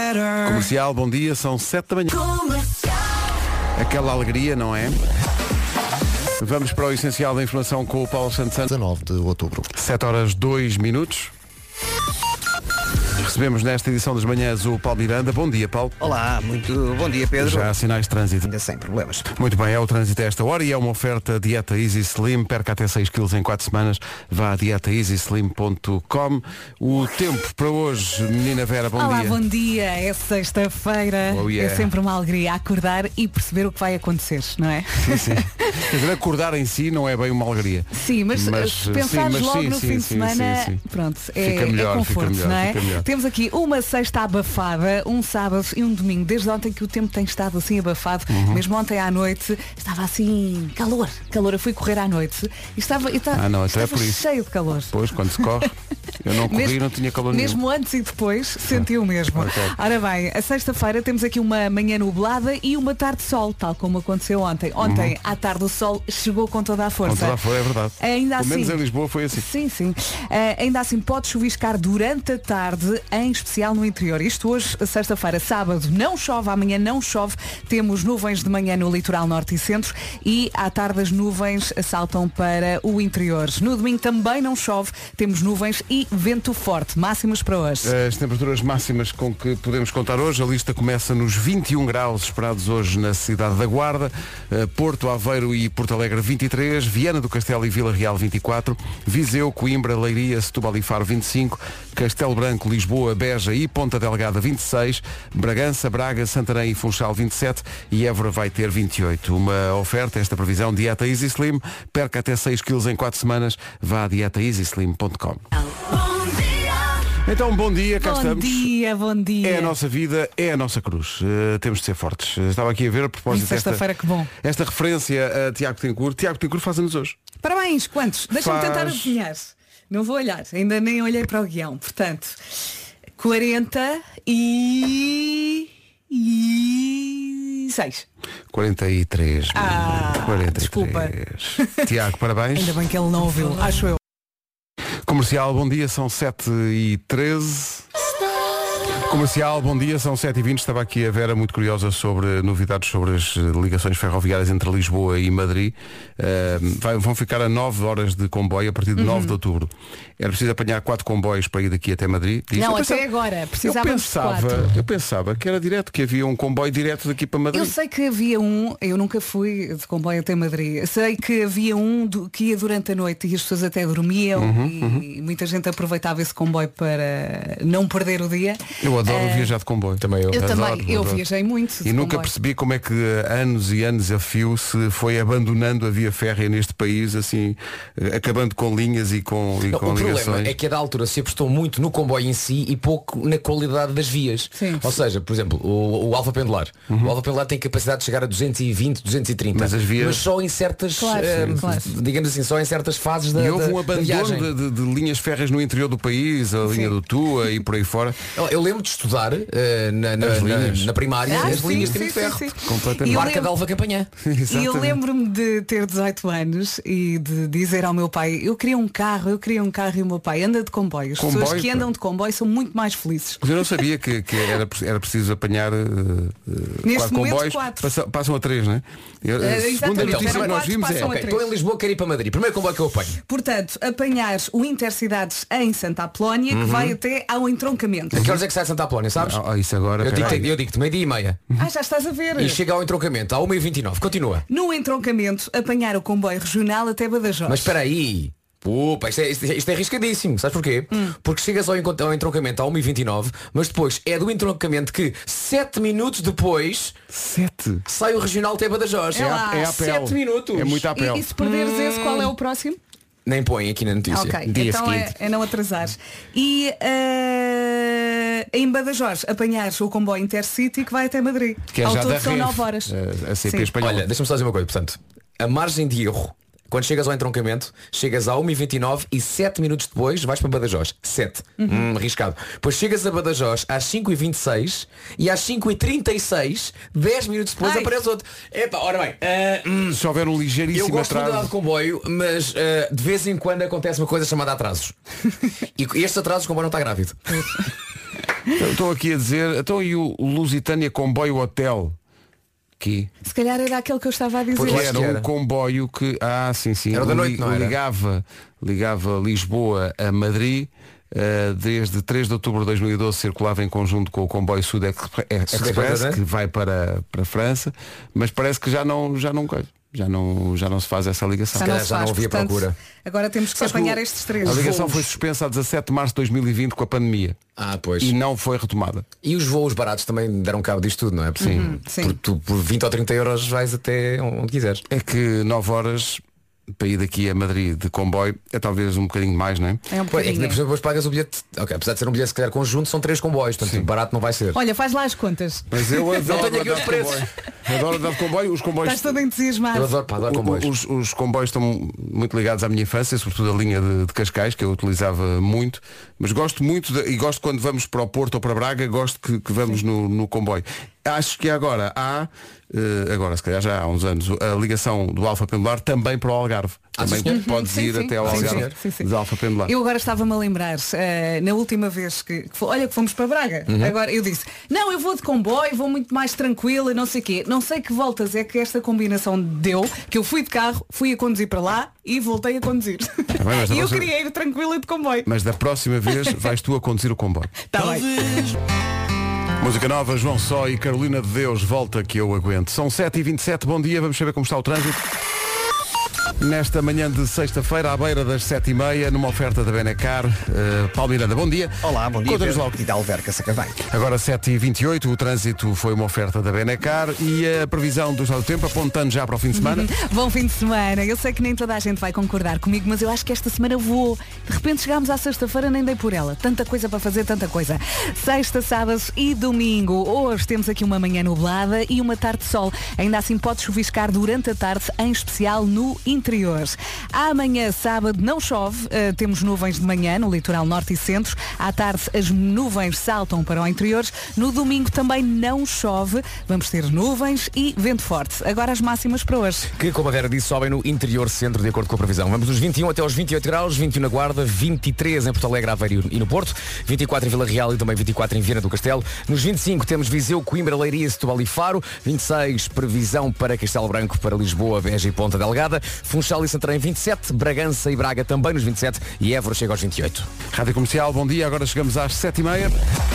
Comercial, bom dia, são 7 da manhã. Aquela alegria, não é? Vamos para o essencial da informação com o Paulo Santos. 19 de outubro. 7 horas 2 minutos. Recebemos nesta edição das manhãs o Paulo Miranda. Bom dia, Paulo. Olá, muito bom dia, Pedro. Já há sinais de trânsito. Ainda sem problemas. Muito bem, é o trânsito a esta hora e é uma oferta Dieta Easy Slim. Perca até 6 kg em 4 semanas. Vá a dietaeasyslim.com. O tempo para hoje, menina Vera, bom Olá, dia. bom dia. É sexta-feira. Oh, yeah. É sempre uma alegria acordar e perceber o que vai acontecer, não é? Sim, sim. Quer dizer, acordar em si não é bem uma alegria. Sim, mas se pensares logo no fim de semana, pronto, fica melhor, é conforto, fica melhor, não é? fica melhor. Temos aqui uma sexta abafada, um sábado e um domingo. Desde ontem que o tempo tem estado assim abafado. Mesmo ontem à noite estava assim, calor. Eu fui correr à noite e estava não, então é por isso. cheio de calor. Depois, quando se corre, eu não corri e não tinha calor nenhum. Mesmo antes e depois, senti o mesmo. Okay. Ora bem, a sexta-feira temos aqui uma manhã nublada e uma tarde de sol, tal como aconteceu ontem. Ontem, à tarde, o sol chegou com toda a força. Com toda a força, é verdade. Ainda Pelo assim, menos em Lisboa foi assim. Sim. Ainda assim pode chuviscar durante a tarde, em especial no interior. Isto hoje, sexta-feira, sábado, não chove, amanhã não chove. Temos nuvens de manhã no litoral norte e centro e à tarde as nuvens saltam para o interior. No domingo também não chove, temos nuvens e vento forte. Máximas para hoje. As temperaturas máximas com que podemos contar hoje, a lista começa nos 21 graus esperados hoje na cidade da Guarda, Porto, Aveiro e Porto Alegre 23, Viana do Castelo e Vila Real 24, Viseu, Coimbra, Leiria, Setúbal e Faro 25, Castelo Branco, Lisboa, Beja e Ponta Delgada 26, Bragança, Braga, Santarém e Funchal 27 e Évora vai ter 28. Uma oferta, esta previsão, Dieta Easy Slim, perca até 6 kg em 4 semanas, vá a dietaeasyslim.com. Então, bom dia, cá estamos. Bom dia. É a nossa vida, é a nossa cruz. Temos de ser fortes. Estava aqui a ver a propósito sexta-feira, que bom. Esta referência a Tiago Tencourt. Tiago Tencourt faz-nos hoje. Parabéns, quantos? Deixa-me tentar adivinhar. Não vou olhar, ainda nem olhei para o guião. Portanto, 46. 43. 43. Desculpa. Tiago, parabéns. Ainda bem que ele não ouviu, acho eu. Comercial, bom dia, são 7h13. Comercial, bom dia, são 7h20. Estava aqui a Vera muito curiosa sobre novidades sobre as ligações ferroviárias entre Lisboa e Madrid. Vão ficar a 9 horas de comboio a partir de 9 de outubro. Era preciso apanhar 4 comboios para ir daqui até Madrid. Não, até agora, precisávamos de 4. Eu pensava que era direto, que havia um comboio direto daqui para Madrid. Eu sei que havia um, eu nunca fui de comboio até Madrid. Sei que havia um que ia durante a noite e as pessoas até dormiam e muita gente aproveitava esse comboio para não perder o dia. Eu adoro viajar de comboio. Também eu. Eu viajei muito de e nunca comboio. percebi como é que anos e anos a fio se foi abandonando a via férrea neste país, assim, acabando com linhas e com ligações. O problema é que a da altura se apostou muito no comboio em si e pouco na qualidade das vias. Sim. Ou seja, por exemplo, o Alfa Pendular. O Alfa Pendular tem capacidade de chegar a 220, 230. Mas as vias... Mas só em certas, Claro. digamos assim, só em certas fases da E houve um da viagem. abandono de linhas férreas no interior do país, a linha do Tua e por aí fora. Eu lembro de estudar na primária as linhas de ferro. Completamente. Marca da Alfa Campanhã. E eu lembro-me de ter 18 anos e de dizer ao meu pai, eu queria um carro e o meu pai anda de comboio. As pessoas que andam de comboio são muito mais felizes. Mas eu não sabia que era preciso apanhar Neste 4 momento, comboios. 4. Passam a 3, não é? Segunda exatamente. notícia que nós 4, vimos passam a é... 3. Estou em Lisboa, quero ir para Madrid. Primeiro comboio que eu apanho. Portanto, apanhar o Intercidades em Santa Apolónia, que vai até ao entroncamento. A que horas é que sai de Santa Apolónia, sabes? Isso agora... Eu digo-te, meio-dia e meia. Já estás a ver. E chega ao entroncamento, à 1h29. Continua. No entroncamento, apanhar o comboio regional até Badajoz. Mas espera aí. Pupa, isto é arriscadíssimo. Sabes porquê? Porque chegas ao entroncamento à 1h29, mas depois é do entroncamento que 7 minutos depois 7? sai o regional até Badajoz. É lá. É a pele. 7 minutos. É muito a pele. E se perderes esse, qual é o próximo? Nem põe aqui na notícia. Ok, Dia então seguinte. é não atrasar. E em Badajoz apanhares o comboio Intercity que vai até Madrid. Que é Ao já todo da são Renfe, 9 horas. a CP Sim. espanhola. Olha, deixa-me só dizer uma coisa. Portanto, a margem de erro, quando chegas ao entroncamento, chegas à 1h29 e 7 minutos depois vais para Badajoz. 7. Arriscado. Depois chegas a Badajoz às 5h26 e às 5h36, 10 minutos depois aparece outro. Epá, ora bem. Se houver um Eu ligeiríssimo gosto muito de andar atraso... de comboio, mas de vez em quando acontece uma coisa chamada atrasos. E estes atrasos o comboio não está grávido. Estou aqui a dizer, então e o Lusitânia Comboio Hotel? Que? Se calhar era aquele que eu estava a dizer. Porque era um comboio que, sim, era da noite, não era? ligava Lisboa a Madrid. Desde 3 de outubro de 2012 circulava em conjunto com o comboio Sud Express, que vai para a França, mas parece que já não se faz essa ligação. Já não havia procura. Agora temos que apanhar estes 3. A ligação foi suspensa a 17 de março de 2020 com a pandemia. Pois. E não foi retomada. E os voos baratos também deram cabo disto tudo, não é? Sim. Sim. Por 20 ou 30 euros vais até onde quiseres. É que 9 horas para ir daqui a Madrid de comboio é talvez um bocadinho mais, não é? É um bocadinho. Depois pagas o bilhete. Ok, apesar de ser um bilhete se calhar conjunto, são 3 comboios, portanto barato não vai ser. Olha, faz lá as contas. Mas eu adoro tenho aqui os preços. Adoro andar de comboio. Os comboios. Estás todo entusiasmado. Eu adoro comboios. Os comboios estão muito ligados à minha infância, sobretudo a linha de Cascais, que eu utilizava muito. Mas gosto muito e gosto quando vamos para o Porto ou para Braga, gosto que vamos no comboio. Acho que agora se calhar já há uns anos, a ligação do Alfa Pendular também para o Algarve. Também podes ir até ao Algarve de Alfa Pendular. Eu agora estava-me a lembrar, na última vez que fomos para Braga, agora eu disse, não, eu vou de comboio, vou muito mais tranquila, não sei o quê. Não sei que voltas é que esta combinação deu, que eu fui de carro, fui a conduzir para lá e voltei a conduzir. E eu queria ir tranquila de comboio. Mas da próxima vez vais tu a conduzir o comboio. Tá bem. Música nova, João Só e Carolina de Deus, volta que eu aguento. São 7h27, bom dia, vamos saber como está o trânsito. Nesta manhã de sexta-feira, à beira das 7h30, numa oferta da Benacar. Paulo Miranda, bom dia. Olá, bom dia. Conta-nos logo. E da Alverca Sacavém. Agora 7h28, o trânsito foi uma oferta da Benacar e a previsão do estado do tempo, apontando já para o fim de semana. Bom fim de semana. Eu sei que nem toda a gente vai concordar comigo, mas eu acho que esta semana voou. De repente chegámos à sexta-feira, nem dei por ela. Tanta coisa para fazer, tanta coisa. Sexta, sábado e domingo. Hoje temos aqui uma manhã nublada e uma tarde de sol. Ainda assim pode chuviscar durante a tarde, em especial no interior. Amanhã, sábado, não chove. Temos nuvens de manhã no litoral norte e centro. À tarde, as nuvens saltam para o interior. No domingo também não chove. Vamos ter nuvens e vento forte. Agora as máximas para hoje. Que, como a Vera disse, sobem no interior centro, de acordo com a previsão. Vamos dos 21 até aos 28 graus, 21 na Guarda, 23 em Porto Alegre, Aveiro e no Porto, 24 em Vila Real e também 24 em Viana do Castelo. Nos 25 temos Viseu, Coimbra, Leiria, Setúbal e Faro. 26, previsão para Castelo Branco, para Lisboa, Beja e Ponta Delgada. Funchal e Santarém 27, Bragança e Braga também nos 27 e Évora chega aos 28. Rádio Comercial, bom dia, agora chegamos às 7h30.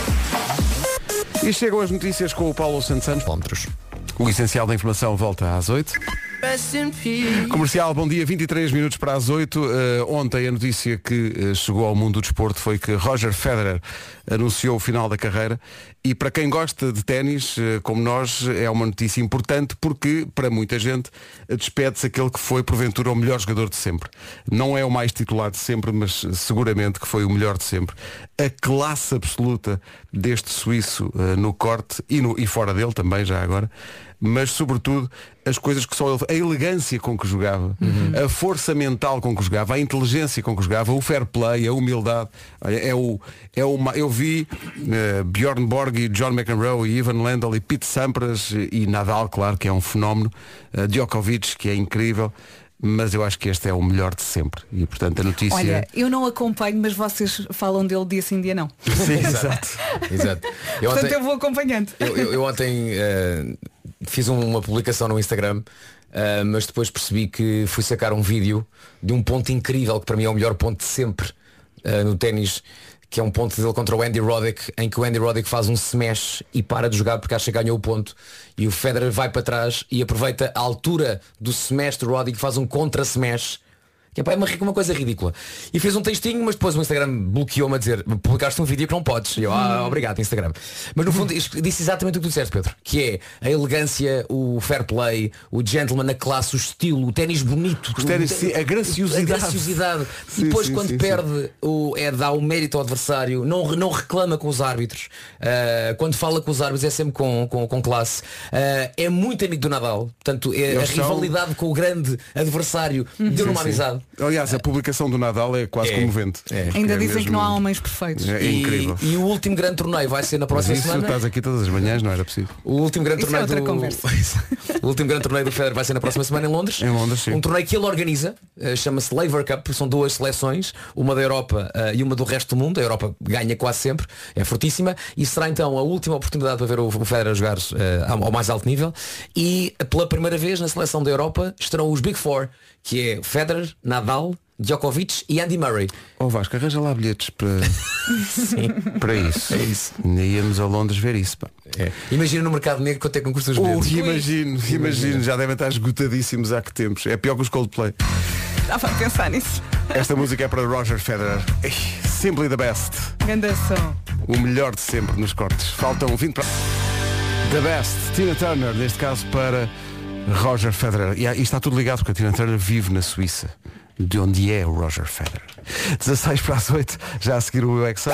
E chegam as notícias com o Paulo Santos. O essencial da informação volta às 8. Comercial, bom dia, 23 minutos para as 8. Ontem a notícia que chegou ao mundo do desporto foi que Roger Federer anunciou o final da carreira e para quem gosta de ténis, como nós, é uma notícia importante porque para muita gente despede-se aquele que foi porventura o melhor jogador de sempre. Não é o mais titular de sempre, mas seguramente que foi o melhor de sempre. A classe absoluta deste suíço no corte e fora dele também já agora, mas sobretudo as coisas que só ele, a elegância com que jogava, a força mental com que jogava, a inteligência com que jogava, o fair play, a humildade. Eu vi Bjorn Borg e John McEnroe e Ivan Lendl e Pete Sampras e Nadal, claro, que é um fenómeno, Djokovic, que é incrível. Mas eu acho que este é o melhor de sempre. E portanto a notícia... Olha, eu não acompanho, mas vocês falam dele dia sim, dia não. Sim, exato. Portanto eu vou acompanhando. Eu ontem fiz uma publicação no Instagram, mas depois percebi que fui sacar um vídeo de um ponto incrível, que para mim é o melhor ponto de sempre no ténis, que é um ponto dele contra o Andy Roddick, em que o Andy Roddick faz um smash e para de jogar porque acha que ganhou o ponto. E o Federer vai para trás e aproveita a altura do smash do Roddick, faz um contra-smash. Que é uma coisa ridícula. E fez um textinho, mas depois o Instagram bloqueou-me a dizer, publicaste um vídeo que não podes. E eu, obrigado Instagram. Mas no fundo disse exatamente o que tu disseste, Pedro, que é a elegância, o fair play, o gentleman, a classe, o estilo, o ténis bonito, a graciosidade. E depois quando perde, dá o mérito ao adversário, não reclama com os árbitros. Quando fala com os árbitros é sempre com classe. É muito amigo do Nadal. Portanto, a rivalidade com o grande adversário deu numa amizade. Aliás, a publicação do Nadal é quase comovente. Ainda É dizem mesmo- que não há homens perfeitos. É incrível. E o último grande torneio vai ser na Mas próxima isso semana. estás aqui todas as manhãs, não era possível. O último grande Isso é torneio outra do conversa. O último grande torneio do Federer vai ser na próxima semana em Londres. Em Londres, sim. Um torneio que ele organiza, chama-se Laver Cup, são duas seleções, uma da Europa e uma do resto do mundo. A Europa ganha quase sempre, é fortíssima, e será então a última oportunidade para ver o Federer jogar ao mais alto nível. E pela primeira vez na seleção da Europa estarão os Big Four, que é Federer, Nadal, Djokovic e Andy Murray. Ó Vasco, arranja lá bilhetes para, para isso. É isso. Íamos a Londres ver isso. Pá. Imagina no mercado negro quanto é que custa os bilhetes. Imagino, já devem estar esgotadíssimos há que tempos. É pior que os Coldplay. Estava a pensar nisso. Esta música é para Roger Federer. Ei, Simply the best. Grande som. O melhor de sempre nos cortes. Faltam 20 para... The best. Tina Turner, neste caso para Roger Federer. E está tudo ligado porque a Tina Turner vive na Suíça, de onde é o Roger Federer. 16 para as 8, já a seguir o UXA.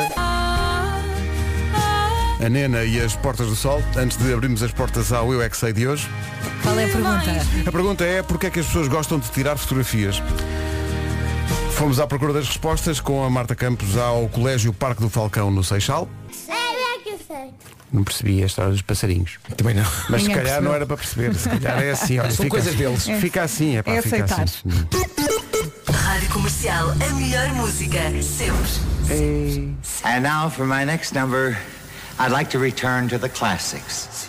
A Nena e as Portas do Sol. Antes de abrirmos as portas ao UXA de hoje, Qual é a pergunta? a pergunta é: porque é que as pessoas gostam de tirar fotografias? Fomos à procura das respostas com a Marta Campos ao Colégio Parque do Falcão no Seixal. Não percebi a história dos passarinhos. Também não. Mas se Ninguém calhar percebeu. não era para perceber. Se calhar é assim. Olha, São fica coisas assim. deles. Fica assim, é para É ficar aceitar. assim. Rádio Comercial, a melhor música, sempre. And now for my next number, I'd like to return to the classics.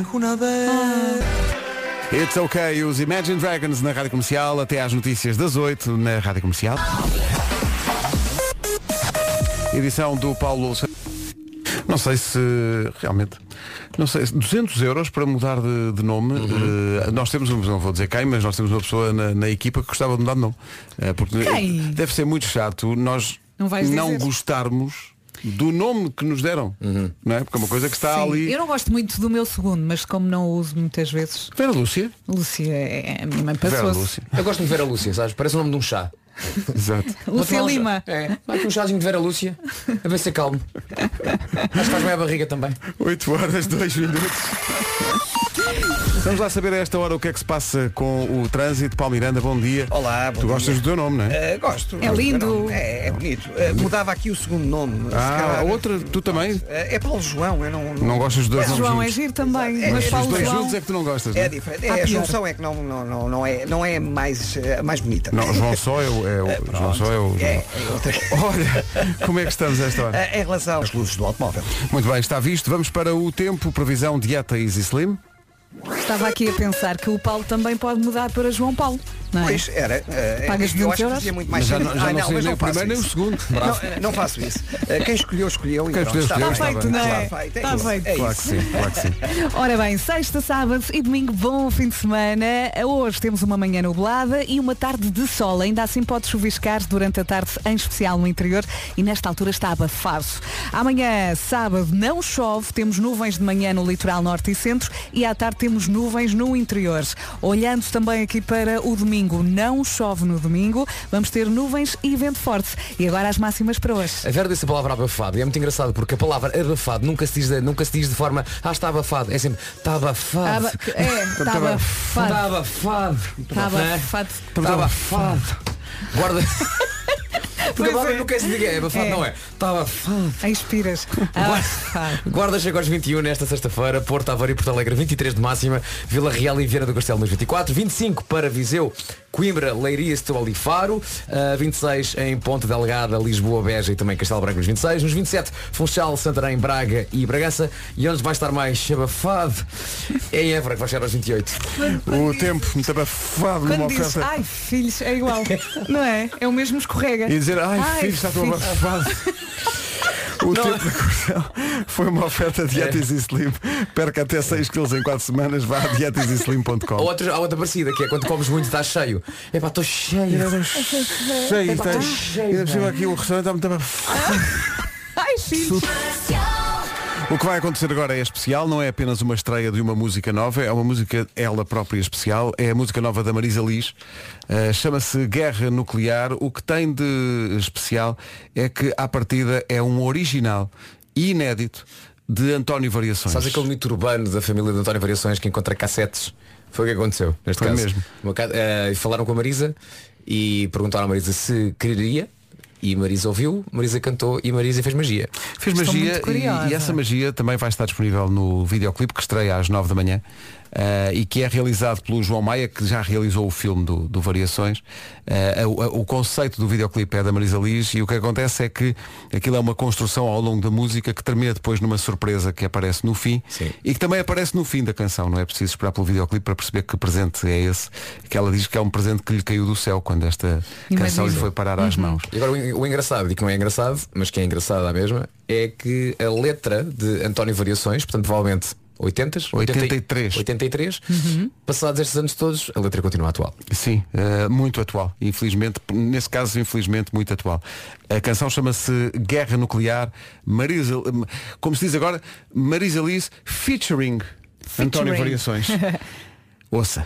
It's okay, os Imagine Dragons na Rádio Comercial, até às notícias das 8 na Rádio Comercial. Edição do Paulo Louça. Não sei se realmente, não sei, 200 euros para mudar de nome. Nós temos, não vou dizer quem, mas nós temos uma pessoa na equipa que gostava de mudar de nome. Porque Quem? deve ser muito chato nós Não vais dizer. gostarmos do nome que nos deram. Não é? Porque é uma coisa que está Sim, ali. eu não gosto muito do meu segundo, mas como não o uso muitas vezes, Vera Lúcia. Lúcia é a minha mãe Vera passou-se. Lúcia. Eu gosto de ver a Lúcia, sabes? Parece o nome de um chá. Exato. Lúcia Vou tomar um Lima. chá. É, vai aqui um chazinho de Vera Lúcia. A ver se calmo. Acho que faz bem a barriga também. 8 horas, 2 minutos. Vamos lá saber a esta hora o que é que se passa com o trânsito. Paulo Miranda, bom dia. Olá, bom Tu dia. gostas do teu nome, não é? Gosto. É gosto do lindo. nome. É bonito. Mudava aqui o segundo nome. Se Ah, calhar, a outra, tu também? É Paulo João, eu não... Não gostas dos dois nomes João é juntos? giro também, É, mas os Os Paulo dois João. juntos é que tu não gostas, não É é? diferente. Ah, É, a pior. junção é que não é mais bonita. Não, João só é o João só é o É outra. Olha, como é que estamos a esta hora? Em relação às luzes do automóvel. Muito bem, está visto. Vamos para o tempo, previsão, dieta Easy Slim. Estava aqui a pensar que o Paulo também pode mudar para João Paulo, não é? Pois, era. Pagas eu 200 acho que euros? fazia muito mais Mas já sentido. não sei mas nem não o faço primeiro nem o isso. segundo. Não faço isso. Quem escolheu. E Quem pronto, escolheu, está está feito, bem. não é? Está feito. Está isso, feito. é Claro que isso. sim, claro que sim. Ora bem, sexta, sábado e domingo, bom fim de semana. Hoje temos uma manhã nublada e uma tarde de sol. Ainda assim pode chuviscar durante a tarde, em especial no interior, e nesta altura está abafado. Amanhã, sábado, não chove, temos nuvens de manhã no litoral norte e centro e à tarde temos nuvens no interior. Olhando também aqui para o domingo, não chove no domingo, vamos ter nuvens e vento forte. E agora as máximas para hoje. A Vera disse a palavra abafado e é muito engraçado porque a palavra abafado nunca se diz de forma está abafado. É sempre está abafado. Está abafado. Está abafado. Está abafado. Está abafado. Guarda. Porque a Pois palavra é. nunca se diga, é abafado, É. não é? Está abafado. Inspiras. Abafado. Guarda chega aos 21 nesta sexta-feira, Porto Aveiro e Porto Alegre 23 de máxima, Vila Real e Viana do Castelo nos 24, 25 para Viseu, Coimbra, Leiria, Setúbal e Faro, 26 em Ponte Delgada, Lisboa, Beja e também Castelo Branco nos 26, nos 27 Funchal, Santarém, Braga e Bragança, e onde vai estar mais abafado é em Évora, que vai chegar aos 28. O tempo muito abafado numa Quando dizes, oferta. ai filhos, é igual. Não é? É o mesmo escorrega. E dizer, ai, Ai, filho, está tão filho. abafado. O tempo da correção foi uma oferta de Dieta Easy Slim. Perca até 6 kg em 4 semanas. Vá a dietaeasyslim.com. Há outra parecida, que é quando comes muito estás cheio. Epá, estou cheio. Cheio, está cheio. Ainda por cima aqui o restaurante está muito abafado. Ai filhos. O que vai acontecer agora é especial, não é apenas uma estreia de uma música nova, é uma música ela própria especial, é a música nova da Marisa Liz, chama-se Guerra Nuclear. O que tem de especial é que à partida é um original e inédito de António Variações. Sabes aquele mito urbano da família de António Variações que encontra cassetes? Foi o que aconteceu neste Foi caso. mesmo. Falaram com a Marisa e perguntaram à Marisa se quereria. E Marisa ouviu, Marisa cantou e Marisa fez magia. Fez Estou magia muito curiosa. e essa magia também vai estar disponível no videoclipe que estreia às 9 da manhã. E que é realizado pelo João Maia, que já realizou o filme do Variações. O conceito do videoclipe é da Marisa Liz e o que acontece é que aquilo é uma construção ao longo da música que termina depois numa surpresa que aparece no fim. Sim. E que também aparece no fim da canção. Não é preciso esperar pelo videoclipe para perceber que presente é esse, que ela diz que é um presente que lhe caiu do céu quando esta canção lhe foi parar às mãos. E agora o engraçado, e que não é engraçado, mas que é engraçado à mesma, é que a letra de António Variações, portanto provavelmente 83. Passados estes anos todos, a letra continua atual. Sim, muito atual. Infelizmente, nesse caso, infelizmente, muito atual. A canção chama-se Guerra Nuclear, Marisa, como se diz agora, Marisa Liz featuring António Variações. Ouça.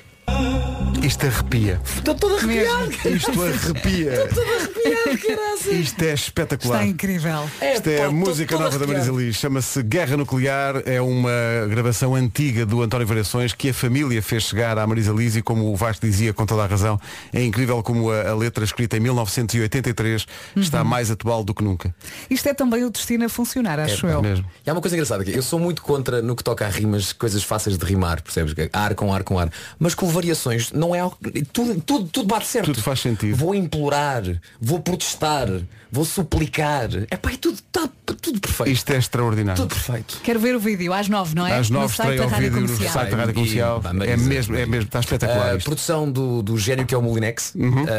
Isto arrepia. Estou todo arrepiado. Isto arrepia. Estou todo arrepiado, caralho. Isto é espetacular. Está incrível. Isto é a música nova da Marisa Liz. Chama-se Guerra Nuclear. É uma gravação antiga do António Variações que a família fez chegar à Marisa Liz e, como o Vasco dizia com toda a razão, é incrível como a letra escrita em 1983 está mais atual do que nunca. Isto é também o destino a funcionar, acho eu. Mesmo. E há uma coisa engraçada aqui. Eu sou muito contra no que toca a rimas, coisas fáceis de rimar, percebes? Ar com ar com ar. Mas com Variações não é algo. Tudo bate certo. Tudo faz sentido. Vou implorar, vou protestar, vou suplicar. É tudo perfeito. Isto é extraordinário. Tudo perfeito. Quero ver o vídeo às 9, não é? Às 9 No site estreia da o Rádio vídeo no Comercial. site da Rádio Comercial. É mesmo, está espetacular. A isto. produção do gênio que é o Molinex,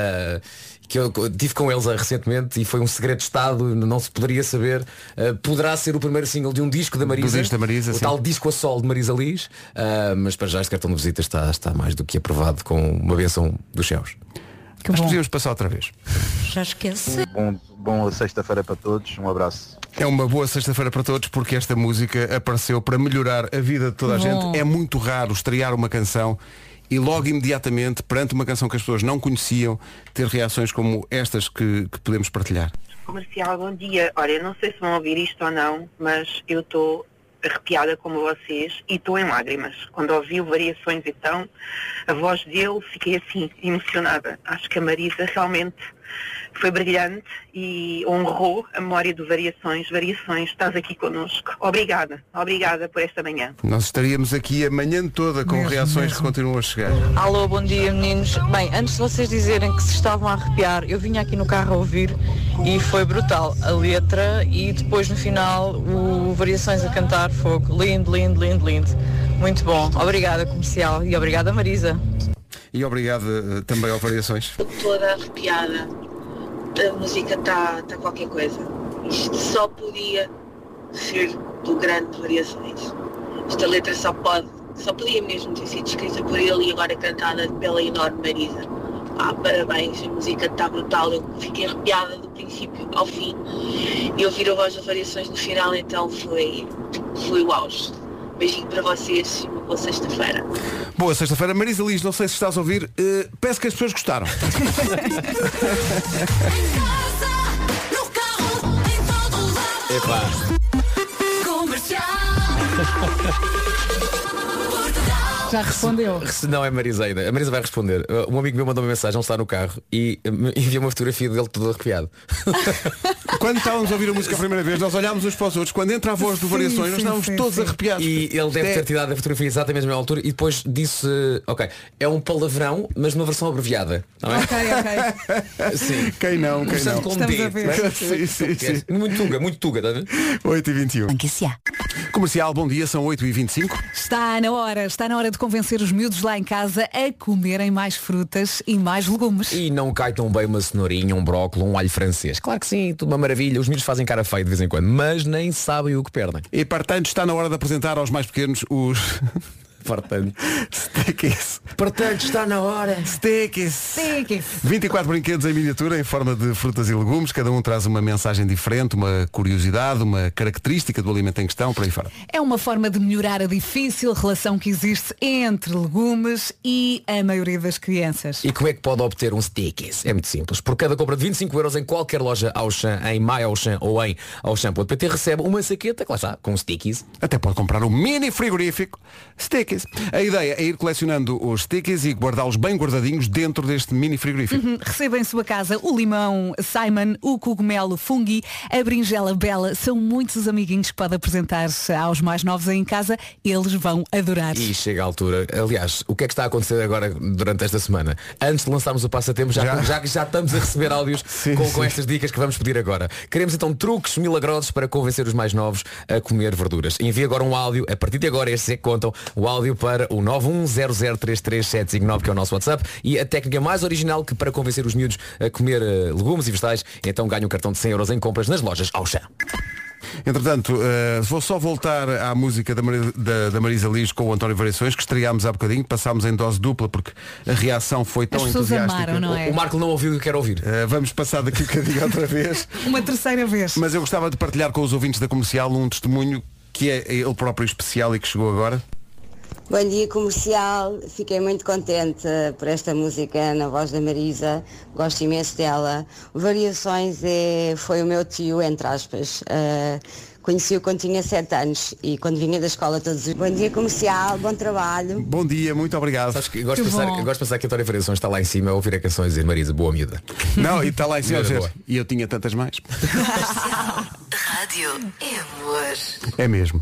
que eu tive com eles recentemente e foi um segredo de Estado, não se poderia saber. Poderá ser o primeiro single de um disco da Marisa, disco da Marisa, o sim. tal disco a sol de Marisa Liz, mas para já este cartão de visita está mais do que aprovado com uma benção dos céus. Mas podíamos passar outra vez. Já esqueci. Boa sexta-feira para todos, um abraço. É uma boa sexta-feira para todos porque esta música apareceu para melhorar a vida de toda a gente. É muito raro estrear uma canção e logo imediatamente, perante uma canção que as pessoas não conheciam, ter reações como estas que podemos partilhar. Comercial, bom dia. Olha, eu não sei se vão ouvir isto ou não, mas eu estou arrepiada como vocês e estou em lágrimas. Quando ouvi o Variações, então, a voz dele, fiquei assim, emocionada. Acho que a Marisa realmente foi brilhante e honrou a memória do Variações. Variações, estás aqui connosco. Obrigada por esta manhã. Nós estaríamos aqui a manhã toda com reações que continuam a chegar. Alô, bom dia meninos. Bem, antes de vocês dizerem que se estavam a arrepiar, eu vinha aqui no carro a ouvir e foi brutal a letra e depois no final o Variações a cantar fogo. Lindo. Muito bom. Obrigada Comercial e obrigada Marisa. E obrigado também ao Variações. Estou toda arrepiada. A música está qualquer coisa. Isto só podia ser do grande Variações. Esta letra só podia mesmo ter sido escrita por ele e agora cantada pela enorme Marisa. Parabéns, a música está brutal. Eu fiquei arrepiada do princípio ao fim. E ouvir a voz das Variações no final então foi o auge. Beijinho para vocês e uma boa sexta-feira. Boa sexta-feira. Marisa Liz, não sei se estás a ouvir, peço que as pessoas gostaram. Epá. Já respondeu. Não é Marisa ainda. A Marisa vai responder. Um amigo meu mandou uma mensagem, ele está no carro e enviou uma fotografia dele todo arrepiado. Quando estávamos a ouvir a música a primeira vez, nós olhámos uns para os outros. Quando entra a voz do Variações, nós estávamos todos arrepiados. E ele deve ter tirado a fotografia exatamente na mesma altura e depois disse, ok, é um palavrão, mas numa versão abreviada. Não é? Ok. Sim. Quem não? Com Estamos D. a ver. Sim. Muito tuga, tá vendo? 8h21. Comercial, bom dia, são 8h25. Está na hora de convencer os miúdos lá em casa a comerem mais frutas e mais legumes. E não cai tão bem uma cenourinha, um brócolis, um alho francês. Claro que sim, tudo uma maravilha. Os miúdos fazem cara feia de vez em quando, mas nem sabem o que perdem. E portanto está na hora de apresentar aos mais pequenos os Portanto, Stickies. Portanto, está na hora. Stickies. 24 brinquedos em miniatura em forma de frutas e legumes. Cada um traz uma mensagem diferente, uma curiosidade, uma característica do alimento em questão, por aí fora. É uma forma de melhorar a difícil relação que existe entre legumes e a maioria das crianças. E como é que pode obter um Stickies? É muito simples. Por cada compra de 25 euros em qualquer loja Auchan, em MyAuchan ou em Auchan.pt, recebe uma saqueta, que lá está, com Stickies. Até pode comprar um mini frigorífico Stickies. A ideia é ir colecionando os Stickies e guardá-los bem guardadinhos dentro deste mini frigorífico. Receba em sua casa o limão Simon, o cogumelo Fungi, a berinjela Bela. São muitos os amiguinhos que pode apresentar aos mais novos aí em casa. Eles vão adorar. E chega a altura. Aliás, o que é que está a acontecer agora durante esta semana? Antes de lançarmos o passatempo, já estamos a receber áudios com estas dicas que vamos pedir agora. Queremos então truques milagrosos para convencer os mais novos a comer verduras. Envie agora um áudio, a partir de agora estes é que contam, o áudio para o 910033759, que é o nosso WhatsApp, e a técnica mais original que para convencer os miúdos a comer legumes e vegetais, então ganha um cartão de 100 euros em compras nas lojas Auchan. Entretanto, vou só voltar à música da Marisa Liz com o António Variações, que estreámos há bocadinho, passámos em dose dupla porque a reação foi tão entusiástica. Amaram, não é? O Marco não ouviu o que quer ouvir. Vamos passar daqui um bocadinho outra vez. Uma terceira vez. Mas eu gostava de partilhar com os ouvintes da Comercial um testemunho que é ele próprio especial e que chegou agora. Bom dia, Comercial. Fiquei muito contente por esta música na voz da Marisa. Gosto imenso dela. Variações foi o meu tio, entre aspas. Conheci-o quando tinha 7 anos e quando vinha da escola todos os... Bom dia, Comercial. Bom trabalho. Bom dia, muito obrigado. Sabes que eu gosto de pensar que a António Variações está lá em cima a ouvir a canção e dizer: Marisa, boa miúda. Não, e está lá em cima a dizer, e eu tinha tantas mais. Rádio é amor. É mesmo.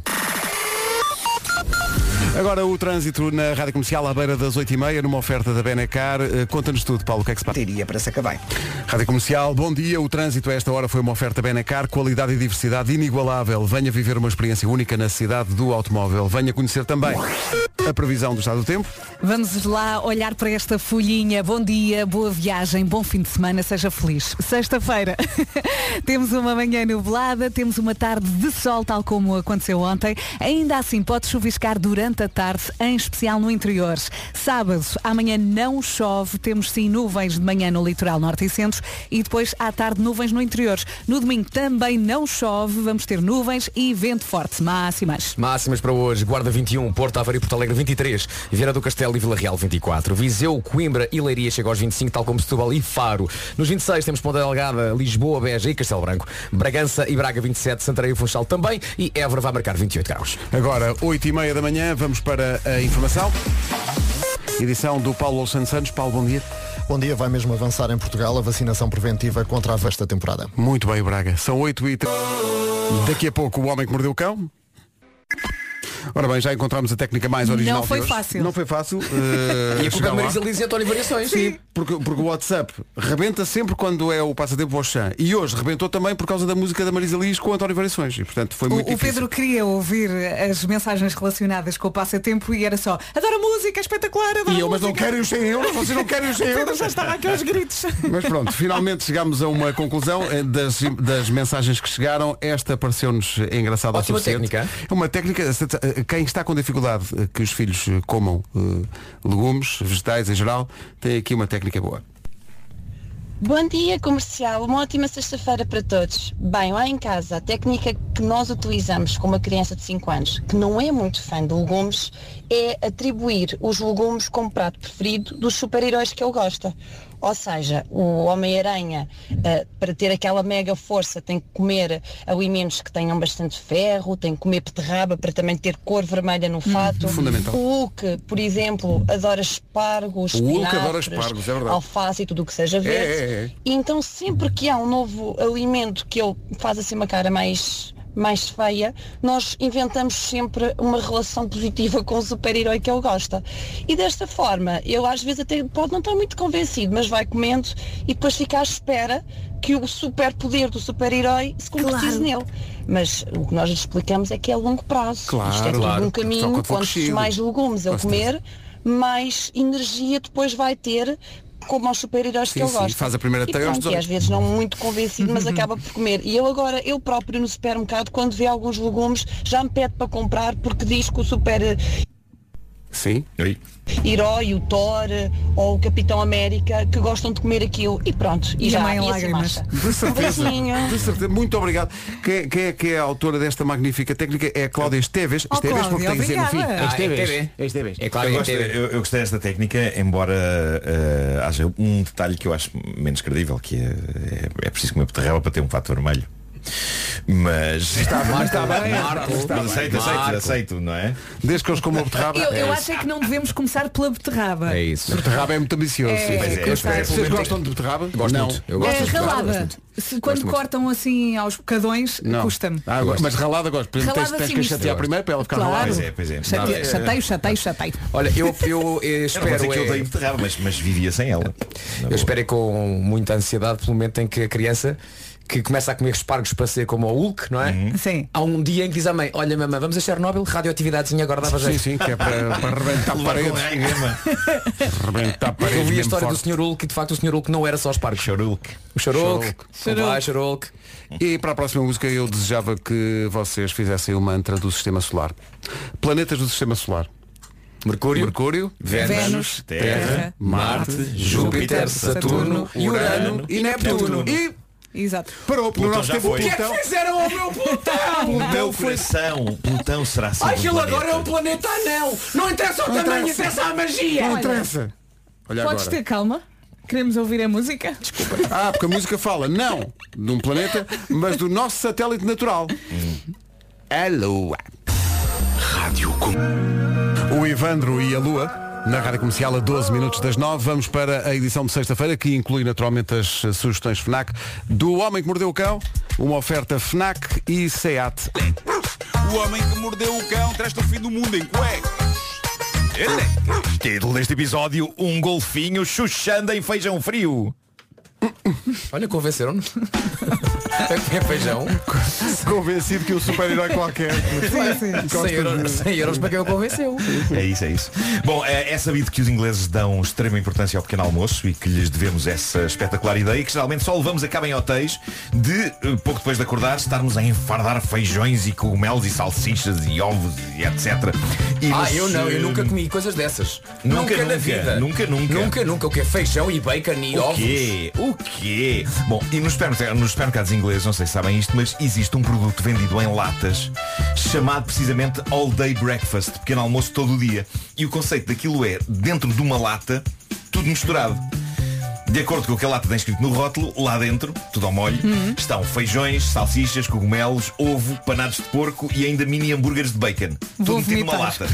Agora o trânsito na Rádio Comercial à beira das 8h30, numa oferta da Benacar. Conta-nos tudo, Paulo, o que é que se passa? Teria para Sacavém. Rádio Comercial, bom dia. O trânsito a esta hora foi uma oferta Benacar, qualidade e diversidade inigualável. Venha viver uma experiência única na cidade do automóvel. Venha conhecer também a previsão do estado do tempo. Vamos lá olhar para esta folhinha. Bom dia, boa viagem, bom fim de semana, seja feliz. Sexta-feira temos uma manhã nublada, temos uma tarde de sol, tal como aconteceu ontem. Ainda assim pode chuviscar durante a tarde, em especial no interior. Sábado, amanhã não chove, temos sim nuvens de manhã no litoral norte e centro e depois à tarde nuvens no interior. No domingo também não chove, vamos ter nuvens e vento forte. Máximas para hoje: Guarda 21, Porto Aveiro e Porto Alegre 23, Viana do Castelo e Vila Real 24, Viseu, Coimbra e Leiria chega aos 25, tal como Setúbal e Faro. Nos 26 temos Ponta Delgada, Lisboa, Beja e Castelo Branco, Bragança e Braga 27, Santarém e Funchal também, e Évora vai marcar 28 graus. Agora, 8h30 da manhã, vamos para a informação. Edição do Paulo Santos. Paulo, bom dia. Bom dia. Vai mesmo avançar em Portugal a vacinação preventiva contra a vesta temporada. Muito bem, Braga. São 8h30. Daqui a pouco o Homem que Mordeu o Cão. Ora bem, já encontramos a técnica mais original. Não foi fácil. Não foi fácil. E a culpa de Marisa Liz e António Variações. Sim, porque o WhatsApp rebenta sempre quando é o passatempo ao chão. E hoje rebentou também por causa da música da Marisa Liz com o António Variações. E portanto foi muito difícil. O Pedro queria ouvir as mensagens relacionadas com o passatempo e era só: adoro a música, é espetacular, adoro e eu, a mas música. não querem os 100 euros, vocês não querem os 100 euros. Já estava aqui aos gritos. Mas pronto, finalmente chegámos a uma conclusão das mensagens que chegaram. Esta pareceu-nos engraçada. Ótima técnica. É uma técnica. Quem está com dificuldade que os filhos comam legumes, vegetais em geral, tem aqui uma técnica boa. Bom dia, Comercial. Uma ótima sexta-feira para todos. Bem, lá em casa, a técnica que nós utilizamos com uma criança de 5 anos, que não é muito fã de legumes, é atribuir os legumes como prato preferido dos super-heróis que ele gosta. Ou seja, o Homem-Aranha, para ter aquela mega força, tem que comer alimentos que tenham bastante ferro, tem que comer beterraba para também ter cor vermelha no fato. Fundamental. O Hulk, por exemplo, adora espargos, espinafres, alface e tudo o que seja verde. E então sempre que há um novo alimento que ele faz assim uma cara mais feia, nós inventamos sempre uma relação positiva com o super-herói que ele gosta. E desta forma, ele às vezes até pode não estar muito convencido, mas vai comendo e depois fica à espera que o superpoder do super-herói se concretize nele. Mas o que nós lhe explicamos é que é a longo prazo. Isto é tudo um caminho, quantos mais legumes ele comer, mais energia depois vai ter como aos super-heróis que ele gosta. Faz a primeira e às vezes não muito convencido, mas acaba por comer. E ele próprio no supermercado, quando vê alguns legumes, já me pede para comprar porque diz que o super... Sim. Oi. Herói, o Thor ou o Capitão América que gostam de comer aquilo e pronto. E já mãe assim lágrimas. marcha. De certeza, de certeza. Muito obrigado. Quem é a autora desta magnífica técnica? É a Cláudia Esteves. Esteves, porque tem que dizer no fim. Esteves. É claro, Eu gostei desta técnica, embora haja um detalhe que eu acho menos credível, que é preciso comer beterraba para ter um fato vermelho. Mas está bem. Mas aceito, não é? Desde que eles comam beterraba. Eu acho que não devemos começar pela beterraba. É isso. Beterraba é muito ambicioso. Vocês gostam de beterraba? Gosto não. muito. Eu gosto de ralada. Quando cortam assim aos bocadões, custa-me. Mas ralada gosto. Por exemplo, tens que chatear primeiro para ela ficar ralada. Pois é. Chateio. Olha, eu espero que eu odeio beterraba, mas vivia sem ela. Eu espero com muita ansiedade pelo momento em que a criança que começa a comer espargos para ser como o Hulk, não é? Sim. Há um dia em que diz à mãe, olha mamãe, vamos a Chernobyl, radioatividadezinha agora dava jeito. Sim, que é para arrebentar paredes. Arrebentar paredes. Eu vi a história do Sr. Hulk e de facto o Sr. Hulk não era só espargos. O Sr. E para a próxima música eu desejava que vocês fizessem o mantra do Sistema Solar. Planetas do Sistema Solar. Mercúrio, Vênus, Terra, Marte, Júpiter, Saturno, Urano e Neptuno. Exato. Parou, no nosso tempo. O que é que fizeram ao meu Plutão? O meu coração. Plutão será sempre aquilo agora é um planeta anel. Não interessa o tamanho, interessa a magia. Não interessa. Olha Podes ter calma? Queremos ouvir a música? Desculpa. Porque a música fala não de um planeta, mas do nosso satélite natural. A Lua. Rádio O Evandro e a Lua. Na Rádio Comercial a 12 minutos das 9. Vamos para a edição de sexta-feira, que inclui naturalmente as sugestões FNAC do Homem que Mordeu o Cão, uma oferta FNAC e SEAT. O Homem que Mordeu o Cão traz-te o fim do mundo em cuecas. Título deste episódio, um golfinho chuchando em feijão frio. Olha, convenceram-nos. É feijão. Convencido que o super-herói qualquer. Sim. 100 euros para quem o convenceu. É isso. Bom, é sabido que os ingleses dão extrema importância ao pequeno almoço e que lhes devemos essa espetacular ideia que geralmente só levamos a cabo em hotéis de, pouco depois de acordar, estarmos a enfardar feijões e cogumelos e salsichas e ovos e etc. Eu nunca comi coisas dessas. Nunca na vida. Nunca. O que é feijão e bacon e ovos? O quê? Bom, e nos supermercados ingleses, não sei se sabem isto, mas existe um produto vendido em latas chamado precisamente All Day Breakfast, pequeno almoço todo o dia. E o conceito daquilo é, dentro de uma lata, tudo misturado. De acordo com o que a lata tem escrito no rótulo, lá dentro, tudo ao molho, estão feijões, salsichas, cogumelos, ovo, panados de porco e ainda mini hambúrgueres de bacon. Tudo metido numa lata.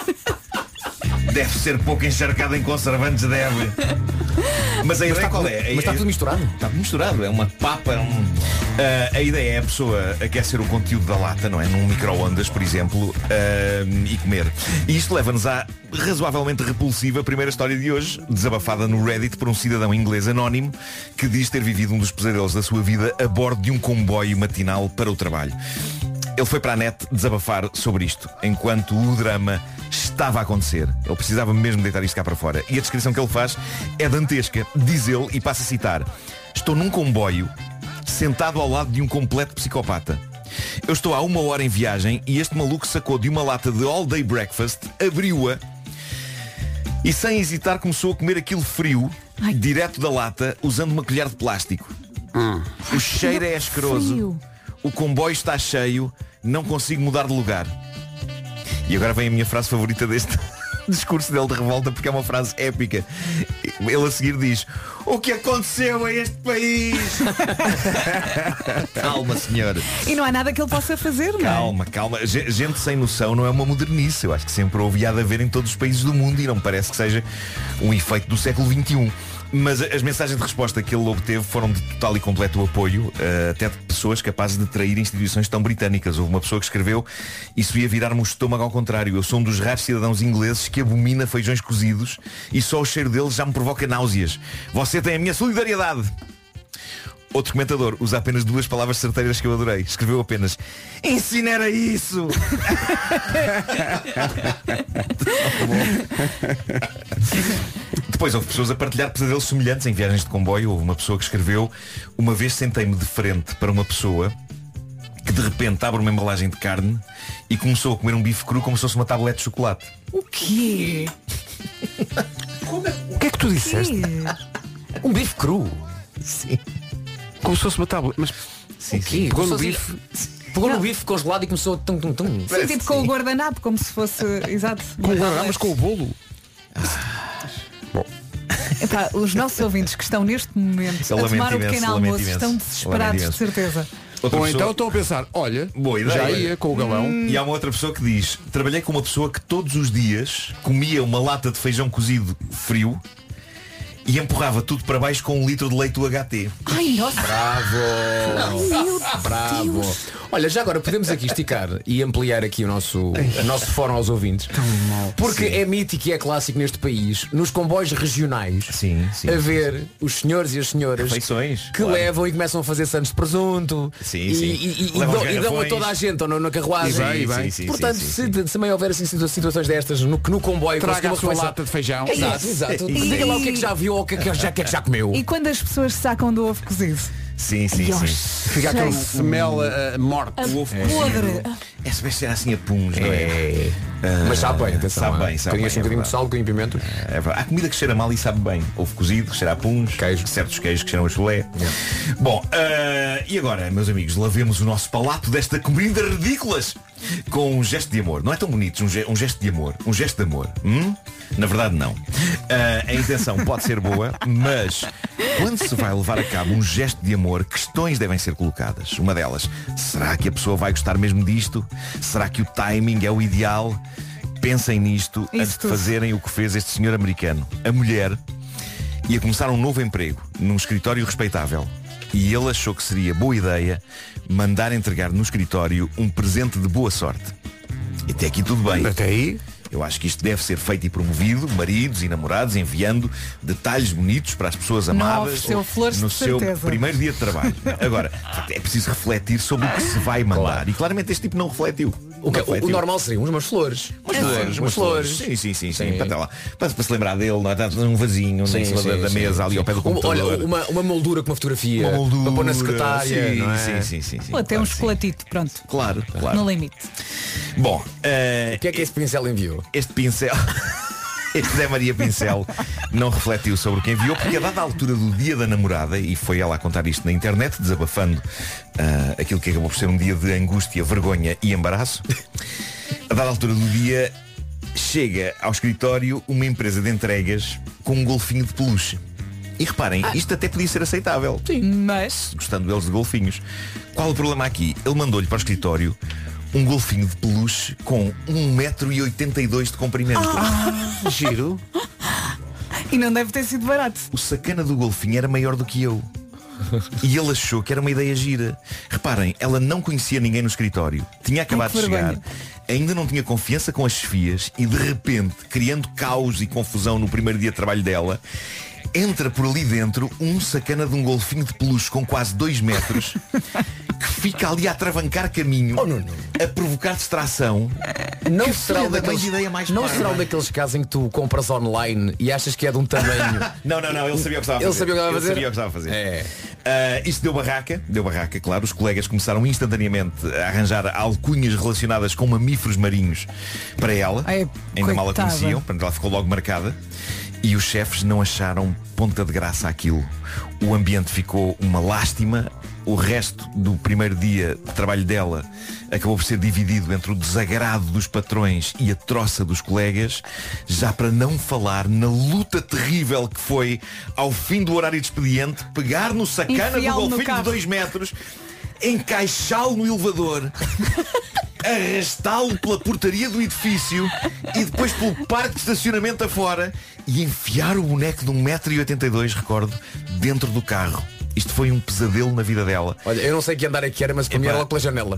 Deve ser pouco encharcado em conservantes, deve. Mas a ideia qual é? Mas está tudo misturado? Está tudo misturado, é uma papa. A ideia é a pessoa aquecer o conteúdo da lata, não é? Num micro-ondas, por exemplo, e comer. E isto leva-nos à razoavelmente repulsiva primeira história de hoje, desabafada no Reddit por um cidadão inglês anónimo que diz ter vivido um dos pesadelos da sua vida a bordo de um comboio matinal para o trabalho. Ele foi para a net desabafar sobre isto, enquanto o drama estava a acontecer. Ele precisava mesmo deitar isto cá para fora. E a descrição que ele faz é dantesca. Diz ele, e passo a citar: estou num comboio, sentado ao lado de um completo psicopata. Eu estou há 1 hora em viagem e este maluco sacou de uma lata de All Day Breakfast, abriu-a e sem hesitar começou a comer aquilo frio, direto da lata, usando uma colher de plástico. O cheiro é asqueroso. O comboio está cheio, não consigo mudar de lugar. E agora vem a minha frase favorita deste discurso dele de revolta, porque é uma frase épica. Ele a seguir diz: o que aconteceu a este país? Calma, senhor. E não há nada que ele possa fazer, não é? Calma. Gente sem noção não é uma modernice. Eu acho que sempre houve a haver em todos os países do mundo e não me parece que seja um efeito do século XXI. Mas as mensagens de resposta que ele obteve foram de total e completo apoio, até de pessoas capazes de trair instituições tão britânicas. Houve uma pessoa que escreveu: isso ia virar-me o estômago ao contrário. Eu sou um dos raros cidadãos ingleses que abomina feijões cozidos e só o cheiro deles já me provoca náuseas. Você tem a minha solidariedade. Outro comentador usa apenas 2 palavras certeiras que eu adorei. Escreveu apenas: incinera isso! Depois houve pessoas a partilhar pesadelos semelhantes em viagens de comboio. Houve uma pessoa que escreveu: uma vez sentei-me de frente para uma pessoa que de repente abre uma embalagem de carne e começou a comer um bife cru como se fosse uma tablete de chocolate. O quê? O que é que tu disseste? Um bife cru? Sim. Como se fosse uma tábua. Mas sim, sim. Pegou no bife. Pegou no bife congelado e começou a tum-tum-tum. Sim, tipo com o guardanapo, como se fosse. Exato. Com o guardanapo, mas com o bolo. Bom. Epá, os nossos ouvintes que estão neste momento a tomar o pequeno almoço estão desesperados, de certeza. Ou então estão a pensar, olha, boa ideia, já ia com o galão. E há uma outra pessoa que diz: trabalhei com uma pessoa que todos os dias comia uma lata de feijão cozido frio e empurrava tudo para baixo com 1 litro de leite UHT. Ai, nossa. Bravo. Olha, já agora podemos aqui esticar e ampliar aqui o nosso fórum aos ouvintes. Porque é mítico e é clássico neste país, nos comboios regionais, a ver os senhores e as senhoras que levam e começam a fazer sandes de presunto e dão a toda a gente ou na carruagem. Portanto, se também houver assim situações destas no comboio, traga a sua lata de feijão. Exato. Diga lá o que é que já viu ou o que é que já comeu. E quando as pessoas sacam do ovo cozido? Sim. Fica aquele smell morte. O ovo podre. Essa vai ser assim a puns, não é? Mas sabe bem, atenção. Sabe bem. Tem um bocadinho de sal, um bocadinho de pimenta. Há comida que cheira mal e sabe bem. Ovo cozido, que cheira a puns, queijo, certos queijos que cheiram a chulé. Bom, e agora, meus amigos, lavemos o nosso palato desta comida ridículas com um gesto de amor. Não é tão bonito, um gesto de amor. Um gesto de amor. Na verdade não. A intenção pode ser boa, mas quando se vai levar a cabo um gesto de amor, questões devem ser colocadas. Uma delas: será que a pessoa vai gostar mesmo disto? Será que o timing é o ideal? Pensem nisto antes de fazerem o que fez este senhor americano. A mulher ia começar um novo emprego num escritório respeitável e ele achou que seria boa ideia mandar entregar no escritório um presente de boa sorte. E até aqui tudo bem. Até aí eu acho que isto deve ser feito e promovido, maridos e namorados enviando detalhes bonitos para as pessoas amadas no seu primeiro dia de trabalho. Agora, é preciso refletir sobre o que se vai mandar. E claramente este tipo não refletiu. O normal seria umas flores. Umas flores. Sim. Para se lembrar dele, um vasinho em cima da mesa ali ao pé do computador. Olha, uma moldura com uma fotografia. Para pôr na secretária. Sim. Ou até um chocolatito, pronto. Claro. No limite. Bom, o que é que esse pincel enviou? Este pincel, este Zé Maria Pincel, não refletiu sobre quem enviou, porque a dada altura do dia da namorada, e foi ela a contar isto na internet, desabafando aquilo que acabou por ser um dia de angústia, vergonha e embaraço, a dada altura do dia chega ao escritório uma empresa de entregas com um golfinho de peluche. E reparem, isto até podia ser aceitável. Sim, mas gostando eles de golfinhos. Qual o problema aqui? Ele mandou-lhe para o escritório um golfinho de peluche com 1,82 m de comprimento. Giro. E não deve ter sido barato. O sacana do golfinho era maior do que eu. E ele achou que era uma ideia gira. Reparem, ela não conhecia ninguém no escritório. Tinha acabado de chegar. Ainda não tinha confiança com as chefias. E de repente, criando caos e confusão no primeiro dia de trabalho dela, entra por ali dentro um sacana de um golfinho de peluche com quase 2 metros que fica ali a atravancar caminho, a provocar distração. Não será um daqueles casos em que tu compras online e achas que é de um tamanho. Não, ele sabia o que estava a fazer. Isto deu barraca, claro. Os colegas começaram instantaneamente a arranjar alcunhas relacionadas com mamíferos marinhos para ela. Ainda mal a conheciam, portanto ela ficou logo marcada. E os chefes não acharam ponta de graça aquilo. O ambiente ficou uma lástima. O resto do primeiro dia de trabalho dela acabou por ser dividido entre o desagrado dos patrões e a troça dos colegas, já para não falar na luta terrível que foi, ao fim do horário de expediente, pegar no sacana do golfinho de 2 metros, encaixá-lo no elevador, arrastá-lo pela portaria do edifício e depois pelo parque de estacionamento afora e enfiar o boneco de 1,82 m, recordo, dentro do carro. Isto foi um pesadelo na vida dela. Olha, eu não sei que andar aqui era, mas para mim era logo pela janela.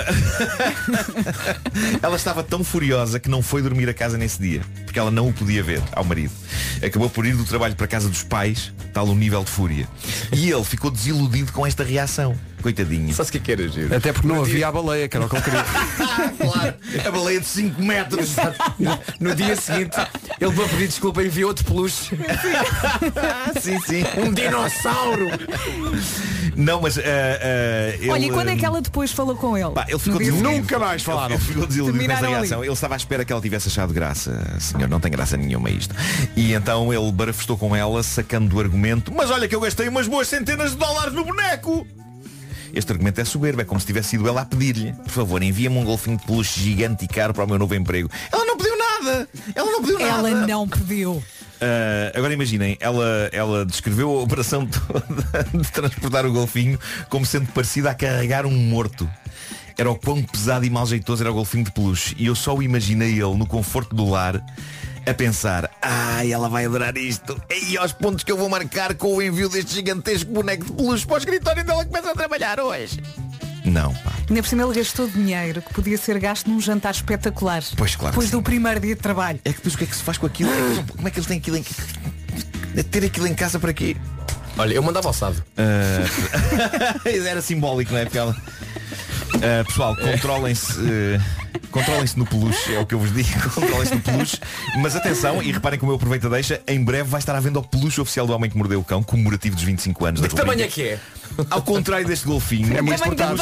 Ela estava tão furiosa que não foi dormir a casa nesse dia, porque ela não o podia ver ao marido. Acabou por ir do trabalho para a casa dos pais, tal o nível de fúria. E ele ficou desiludido com esta reação. Coitadinho. Só se que era giro. Até porque não havia a baleia, que era o que ele queria. Claro, a baleia de 5 metros. No dia seguinte, ele vai pedir desculpa e enviou outro peluche. Sim, sim. Um dinossauro. Não, mas Olha, e quando é que ela depois falou com ele? Ele ficou desiludido. Nunca mais falaram. Ele ficou desiludido com esta Terminaram reação. ali. Ele estava à espera que ela tivesse achado graça. Senhor, não tem graça nenhuma isto. E então ele barafustou com ela, sacando do argumento: mas olha que eu gastei umas boas centenas de dólares no boneco. Este argumento é soberbo, é como se tivesse sido ela a pedir-lhe: por favor, envia-me um golfinho de peluche gigante e caro para o meu novo emprego. Ela não pediu nada. Ela não pediu. Agora imaginem, ela descreveu a operação toda de transportar o golfinho como sendo parecida a carregar um morto. Era o quão pesado e mal jeitoso era o golfinho de peluche. E eu só o imaginei ele no conforto do lar a pensar: ela vai adorar isto. E aos pontos que eu vou marcar com o envio deste gigantesco boneco de peluche para o escritório onde ela começa a trabalhar hoje. Não, pá. Ainda por cima ele gastou dinheiro que podia ser gasto num jantar espetacular. Pois, claro. Depois do primeiro dia de trabalho. É que depois o que é que se faz com aquilo? Como é que eles têm aquilo ter aquilo em casa para quê? Olha, eu mandava alçado. Era simbólico, não é? Porque ela... pessoal, controlem-se no peluche, é o que eu vos digo. Controlem-se no peluche. Mas atenção, e reparem como eu aproveito a deixa, em breve vai estar à venda o peluche oficial do Homem que Mordeu o Cão, comemorativo dos 25 anos da Que tamanho é que é? Ao contrário deste golfinho, é muito portátil.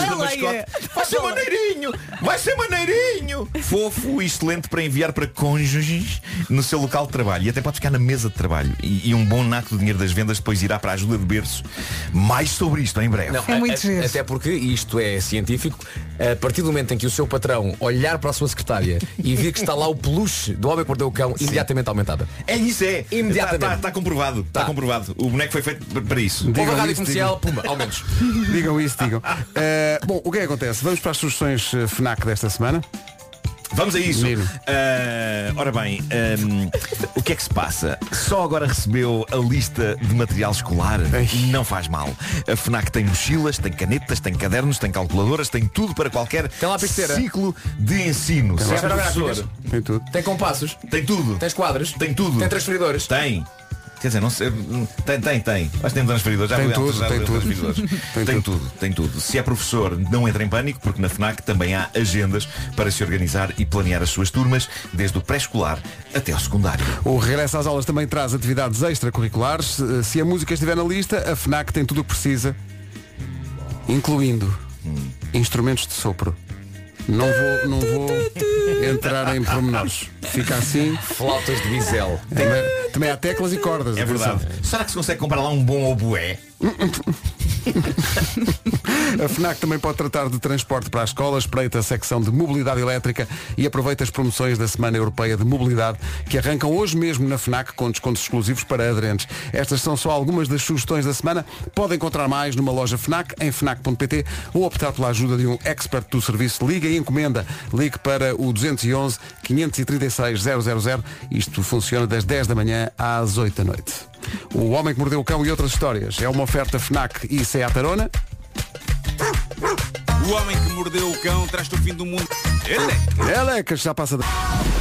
Vai ser maneirinho. Fofo e excelente para enviar para cônjuges no seu local de trabalho. E até pode ficar na mesa de trabalho. E um bom naco do dinheiro das vendas depois irá para a ajuda de berço. Mais sobre isto em breve. Não, até porque, e isto é científico, a partir do momento em que o seu patrão olhar para a sua secretária e vir que está lá o peluche do Homem que Mordeu o Cão, imediatamente aumentada. É isso, é. Imediatamente. Está comprovado. Está comprovado. O boneco foi feito para isso. Houve a rádio comercial, pumba, aumentos. Digam isso, digam. Bom, o que é que acontece? Vamos para as sugestões FNAC desta semana. Vamos a isso. Ora bem, o que é que se passa? Só agora recebeu a lista de material escolar? Não faz mal. A FNAC tem mochilas, tem canetas, tem cadernos, tem calculadoras, tem tudo para qualquer ciclo de ensino. Tem tudo. Tem compassos? Tem tudo. Tem quadros? Tem tudo. Tem transferidores? Tem. Quer dizer, não sei. Tem. Mas tem transferidores. Tem tudo. Se é professor, não entra em pânico, porque na FNAC também há agendas para se organizar e planear as suas turmas, desde o pré-escolar até ao secundário. O regresso às aulas também traz atividades extracurriculares. Se a música estiver na lista, a FNAC tem tudo o que precisa, incluindo instrumentos de sopro. Não vou entrar em pormenores. Fica assim. Flautas de bisel. Também há teclas e cordas. É verdade. Será que se consegue comprar lá um bom oboé? A FNAC também pode tratar de transporte para a escola, espreita a secção de mobilidade elétrica e aproveita as promoções da Semana Europeia de Mobilidade que arrancam hoje mesmo na FNAC com descontos exclusivos para aderentes. Estas são só algumas das sugestões da semana. Pode encontrar mais numa loja FNAC, em fnac.pt, ou optar pela ajuda de um expert do serviço. Liga e encomenda. Ligue para o 211 536 000. Isto funciona das 10 da manhã às 8 da noite. O Homem que Mordeu o Cão e outras histórias é uma oferta FNAC e Seat Arona. O Homem que Mordeu o Cão traz-te o fim do mundo. Que já passa de...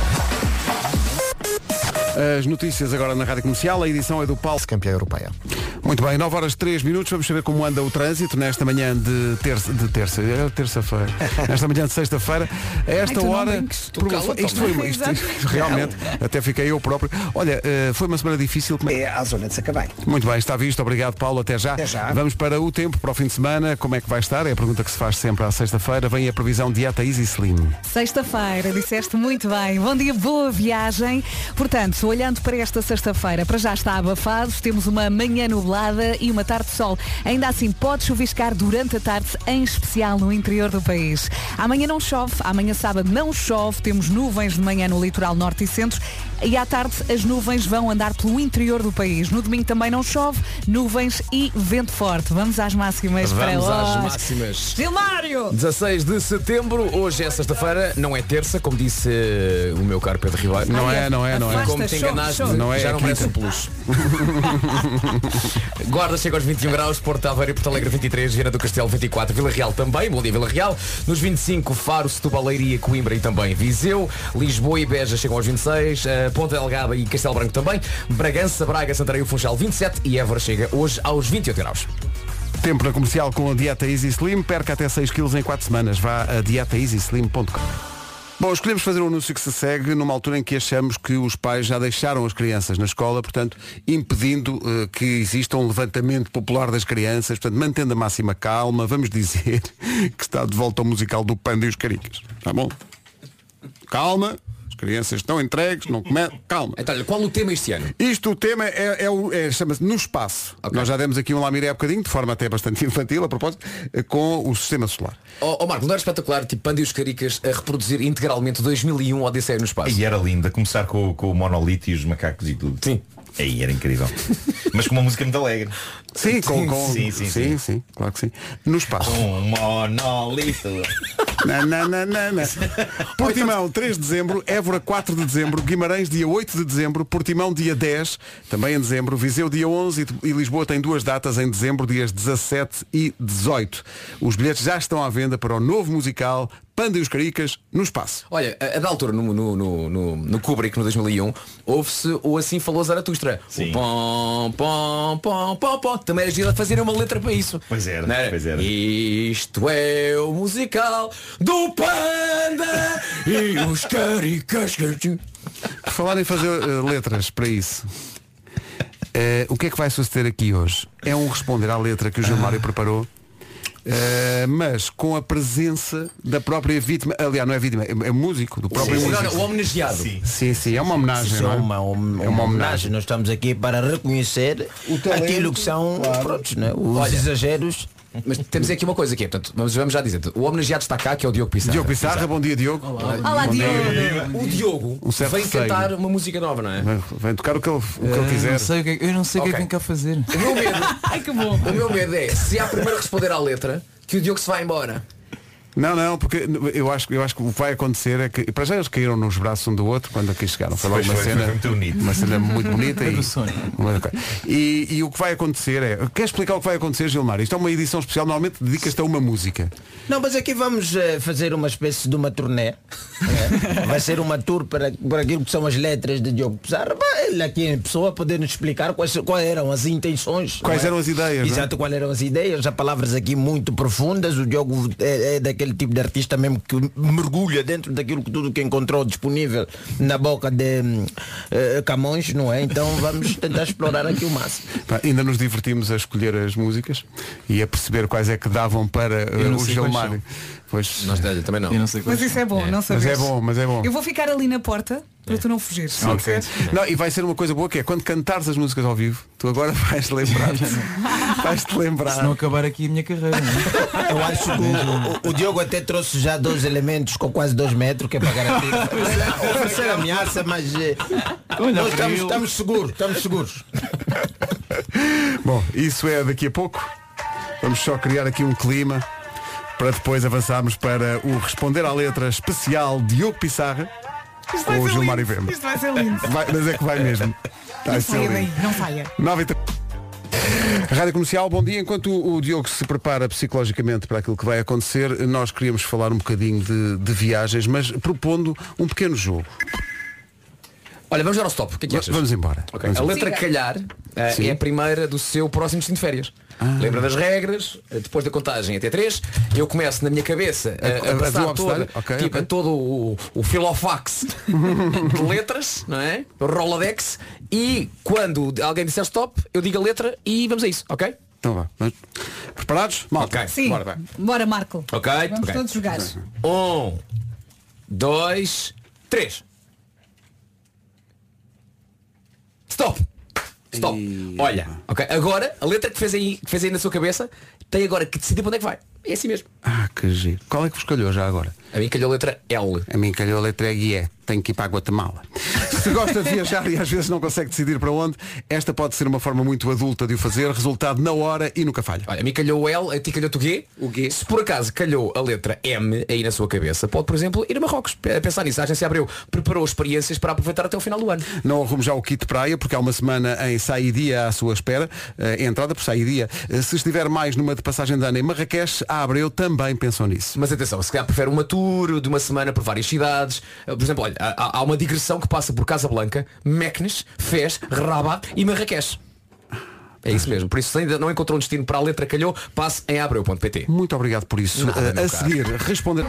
As notícias agora na Rádio Comercial. A edição é do Paulo, campeã europeia. Muito bem, 9 horas 3 minutos. Vamos saber como anda o trânsito nesta manhã de terça-feira. Nesta manhã de sexta-feira. A esta hora. Isto realmente, até fiquei eu próprio. Olha, foi uma semana difícil. É à zona de Sacavém. Muito bem, está visto. Obrigado, Paulo. Até já. Vamos para o tempo, para o fim de semana. Como é que vai estar? É a pergunta que se faz sempre à sexta-feira. Vem a previsão Dieta Easy Slim. Sexta-feira, disseste muito bem. Bom dia, boa viagem. Portanto, olhando para esta sexta-feira, para já está abafado. Temos uma manhã nublada e uma tarde de sol. Ainda assim, pode chuviscar durante a tarde, em especial no interior do país. Amanhã não chove, amanhã sábado não chove, temos nuvens de manhã no litoral norte e centro e à tarde as nuvens vão andar pelo interior do país. No domingo também não chove, nuvens e vento forte. Vamos às máximas para hoje. Vamos às máximas. Gilmário! 16 de setembro, hoje é sexta-feira, não é terça, como disse o meu caro Pedro Ribeiro. Não é. Como te enganaste, não é, já não merece um peluche. Guarda chega aos 21 graus, Porto Aveiro e Porto Alegre 23, Viana do Castelo 24, Vila Real também, bom dia Vila Real. Nos 25, Faro, Setúbal, Leiria, Coimbra e também Viseu. Lisboa e Beja chegam aos 26, Ponta Delgada e Castelo Branco também. Bragança, Braga, Santarém e Funchal 27 e Évora chega hoje aos 28 graus. Tempo na Comercial com a dieta Easy Slim. Perca até 6 kg em 4 semanas. Vá a dietaeasyslim.com. Bom, escolhemos fazer um anúncio que se segue numa altura em que achamos que os pais já deixaram as crianças na escola, portanto, impedindo que exista um levantamento popular das crianças, portanto, mantendo a máxima calma, vamos dizer que está de volta ao musical do Panda e os Caricas. Tá bom? Calma. As crianças estão entregues, não começam. Calma. Então, qual o tema este ano? O tema chama-se No Espaço. Okay. Nós já demos aqui um lamiré há bocadinho, de forma até bastante infantil, a propósito, com o sistema solar. Marco, não era espetacular, tipo Panda e os Caricas a reproduzir integralmente 2001 Odisseia no Espaço? E era lindo, a começar com o monolito e os macacos e tudo. Sim. Aí era incrível. Mas com uma música muito alegre. Sim, sim, claro que sim. No Espaço. Um monolito. Portimão, 3 de dezembro, Évora, 4 de dezembro, Guimarães, dia 8 de dezembro, Portimão, dia 10, também em dezembro, Viseu, dia 11 e Lisboa tem 2 datas em dezembro, dias 17 e 18. Os bilhetes já estão à venda para o novo musical Panda e os Caricas no Espaço. Olha, a da altura no Kubrick, no 2001, houve-se o Assim Falou Zaratustra. Sim. O pom, pom, pom, pom, pom. Também era giro a fazer uma letra para isso. Pois era, pois era. Isto é o musical do Panda e os Caricas. Por falar em fazer letras para isso, o que é que vai suceder aqui hoje? É um responder à letra que o Gilmário preparou. Mas com a presença da própria vítima. Aliás, não é vítima, é músico do próprio músico. O homenageado. Sim, é uma homenagem. É uma homenagem. Nós estamos aqui para reconhecer aquilo que são os exageros. Mas temos aqui uma coisa que é, portanto, vamos já dizer, o homenageado está cá, que é o Diogo Pissarra. Diogo Pissarra, bom dia, Diogo. Olá, Diogo. O Diogo vem cantar uma música nova, não é? Vem tocar o que ele quiser. Eu não sei o que é que vem cá fazer. O meu medo, ai, que bom. O meu medo é, se há primeiro responder à letra, que o Diogo se vai embora. Não, porque eu acho que o que vai acontecer é que para já eles caíram nos braços um do outro quando aqui chegaram. Foi uma cena muito bonita e o que vai acontecer é. Quer explicar o que vai acontecer, Gilmar? Isto é uma edição especial, normalmente dedica-se a uma música. Não, mas aqui vamos fazer uma espécie de uma turnê. Vai ser uma tour para aquilo que são as letras de Diogo Pissarra. Ele aqui em pessoa poder nos explicar quais eram as intenções. Quais eram as ideias. Exato, quais eram as ideias. Há palavras aqui muito profundas. O Diogo é daquele tipo de artista mesmo que mergulha dentro daquilo que tudo que encontrou disponível na boca de Camões, não é? Então vamos tentar explorar aqui o máximo. Ainda nos divertimos a escolher as músicas e a perceber quais é que davam para o Gilmário. Pois, também não. Mas isso é bom, não sabes. Mas é bom. Eu vou ficar ali na porta para tu não fugires. Okay. Não, e vai ser uma coisa boa que é quando cantares as músicas ao vivo, tu agora vais-te lembrar. Se não acabar aqui a minha carreira. Eu acho que o Diogo até trouxe já 2 elementos com quase 2 metros, que é para garantir. Oferecer ameaça, mas nós estamos seguros. Bom, isso é daqui a pouco. Vamos só criar aqui um clima para depois avançarmos para o Responder à Letra especial Diogo Pissarra com o Gilmário Vemba. Isto vai ser lindo. Mas é que vai mesmo. Não saia daí, não saia. Rádio Comercial, bom dia. Enquanto o Diogo se prepara psicologicamente para aquilo que vai acontecer, nós queríamos falar um bocadinho de viagens, mas propondo um pequeno jogo. Olha, vamos dar ao stop. O que é que achas? Vamos embora. Okay. A letra calhar é a primeira do seu próximo destino de férias. Lembra das regras, depois da contagem até 3, eu começo na minha cabeça a passar todo o filofax de letras, não é? O Rolodex, e quando alguém disser stop, eu digo a letra e vamos a isso, ok? Então vá. Preparados? Malta. Ok, sim. Bora, Marco. Ok. Vamos todos jogar. 1, 2, 3. Stop! Olha, ok. Agora, a letra que fez aí na sua cabeça tem agora que decidir para onde é que vai. É assim mesmo. Que giro. Qual é que vos calhou já agora? A mim calhou a letra L. A mim calhou a letra G. Tenho que ir para a Guatemala. Se gosta de viajar e às vezes não consegue decidir para onde, esta pode ser uma forma muito adulta de o fazer. Resultado na hora e nunca falha. Olha, a mim calhou o L, a ti calhou o G. Se por acaso calhou a letra M aí na sua cabeça, pode, por exemplo, ir a Marrocos. Pensar nisso. A Agência Abreu preparou experiências para aproveitar até o final do ano. Não arrume já o kit de praia, porque há uma semana em Saidia à sua espera. Entrada por Saidia. Se estiver mais numa de passagem de ano em Marrakech, a Abreu também pensou nisso. Mas atenção, se calhar prefere uma tour de uma semana por várias cidades. Por exemplo, olha, há uma digressão que passa por Casablanca, Meknes, Fez, Rabat e Marrakech. É isso mesmo. Por isso, se ainda não encontrou um destino para a letra calhou, passe em abreu.pt. Muito obrigado por isso. A seguir, responder...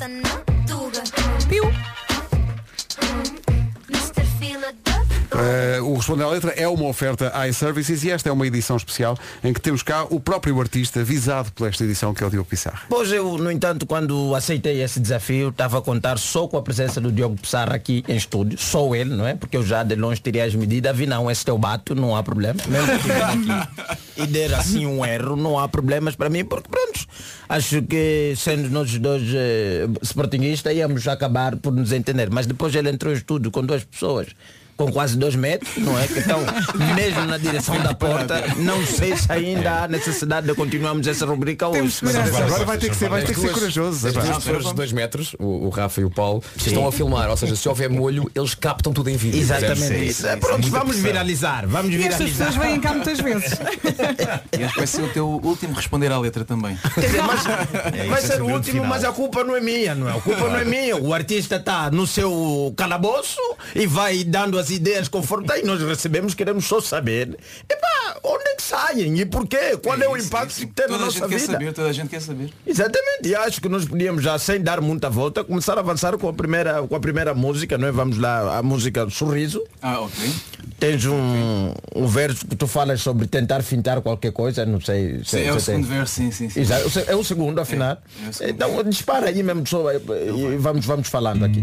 O Responder à Letra é uma oferta iServices e esta é uma edição especial em que temos cá o próprio artista visado por esta edição, que é o Diogo Pissarra. Pois eu, no entanto, quando aceitei esse desafio, estava a contar só com a presença do Diogo Pissarra aqui em estúdio, só ele, não é? Porque eu já de longe teria as medidas, vi não, esse teu bato, não há problema. Mesmo que estiver aqui e der assim um erro, não há problemas para mim, porque pronto, acho que sendo nós dois sportinguistas íamos acabar por nos entender. Mas depois ele entrou em estúdio com duas pessoas com quase 2 metros, não é? Que estão mesmo na direção da porta. Não sei se ainda há necessidade de continuarmos essa rubrica hoje. Agora vai ter que ser corajoso. As duas pessoas de 2 metros, o Rafa e o Paulo, estão a filmar. Ou seja, se houver molho, eles captam tudo em vídeo. Exatamente isso. Pronto, vamos viralizar. Vamos viralizar. E estas pessoas vêm cá muitas vezes. E acho que vai ser o teu último responder à letra também. Quer dizer, mas vai ser o último, mas a culpa não é minha, não é? A culpa não é minha. O artista está no seu calabouço e vai dando as ideias conforme aí nós recebemos, queremos só saber onde é que saem e porquê, qual é o impacto que tem na nossa vida. Toda a gente quer saber. Exatamente, e acho que nós podíamos já, sem dar muita volta, começar a avançar com a primeira música, não é? Vamos lá, a música Sorriso. Ok. Tens um verso que tu falas sobre tentar fintar qualquer coisa, não sei. Sim, é o segundo verso, sim. Exato, é o segundo, afinal. É o segundo. Então dispara aí mesmo só, e vamos falando aqui.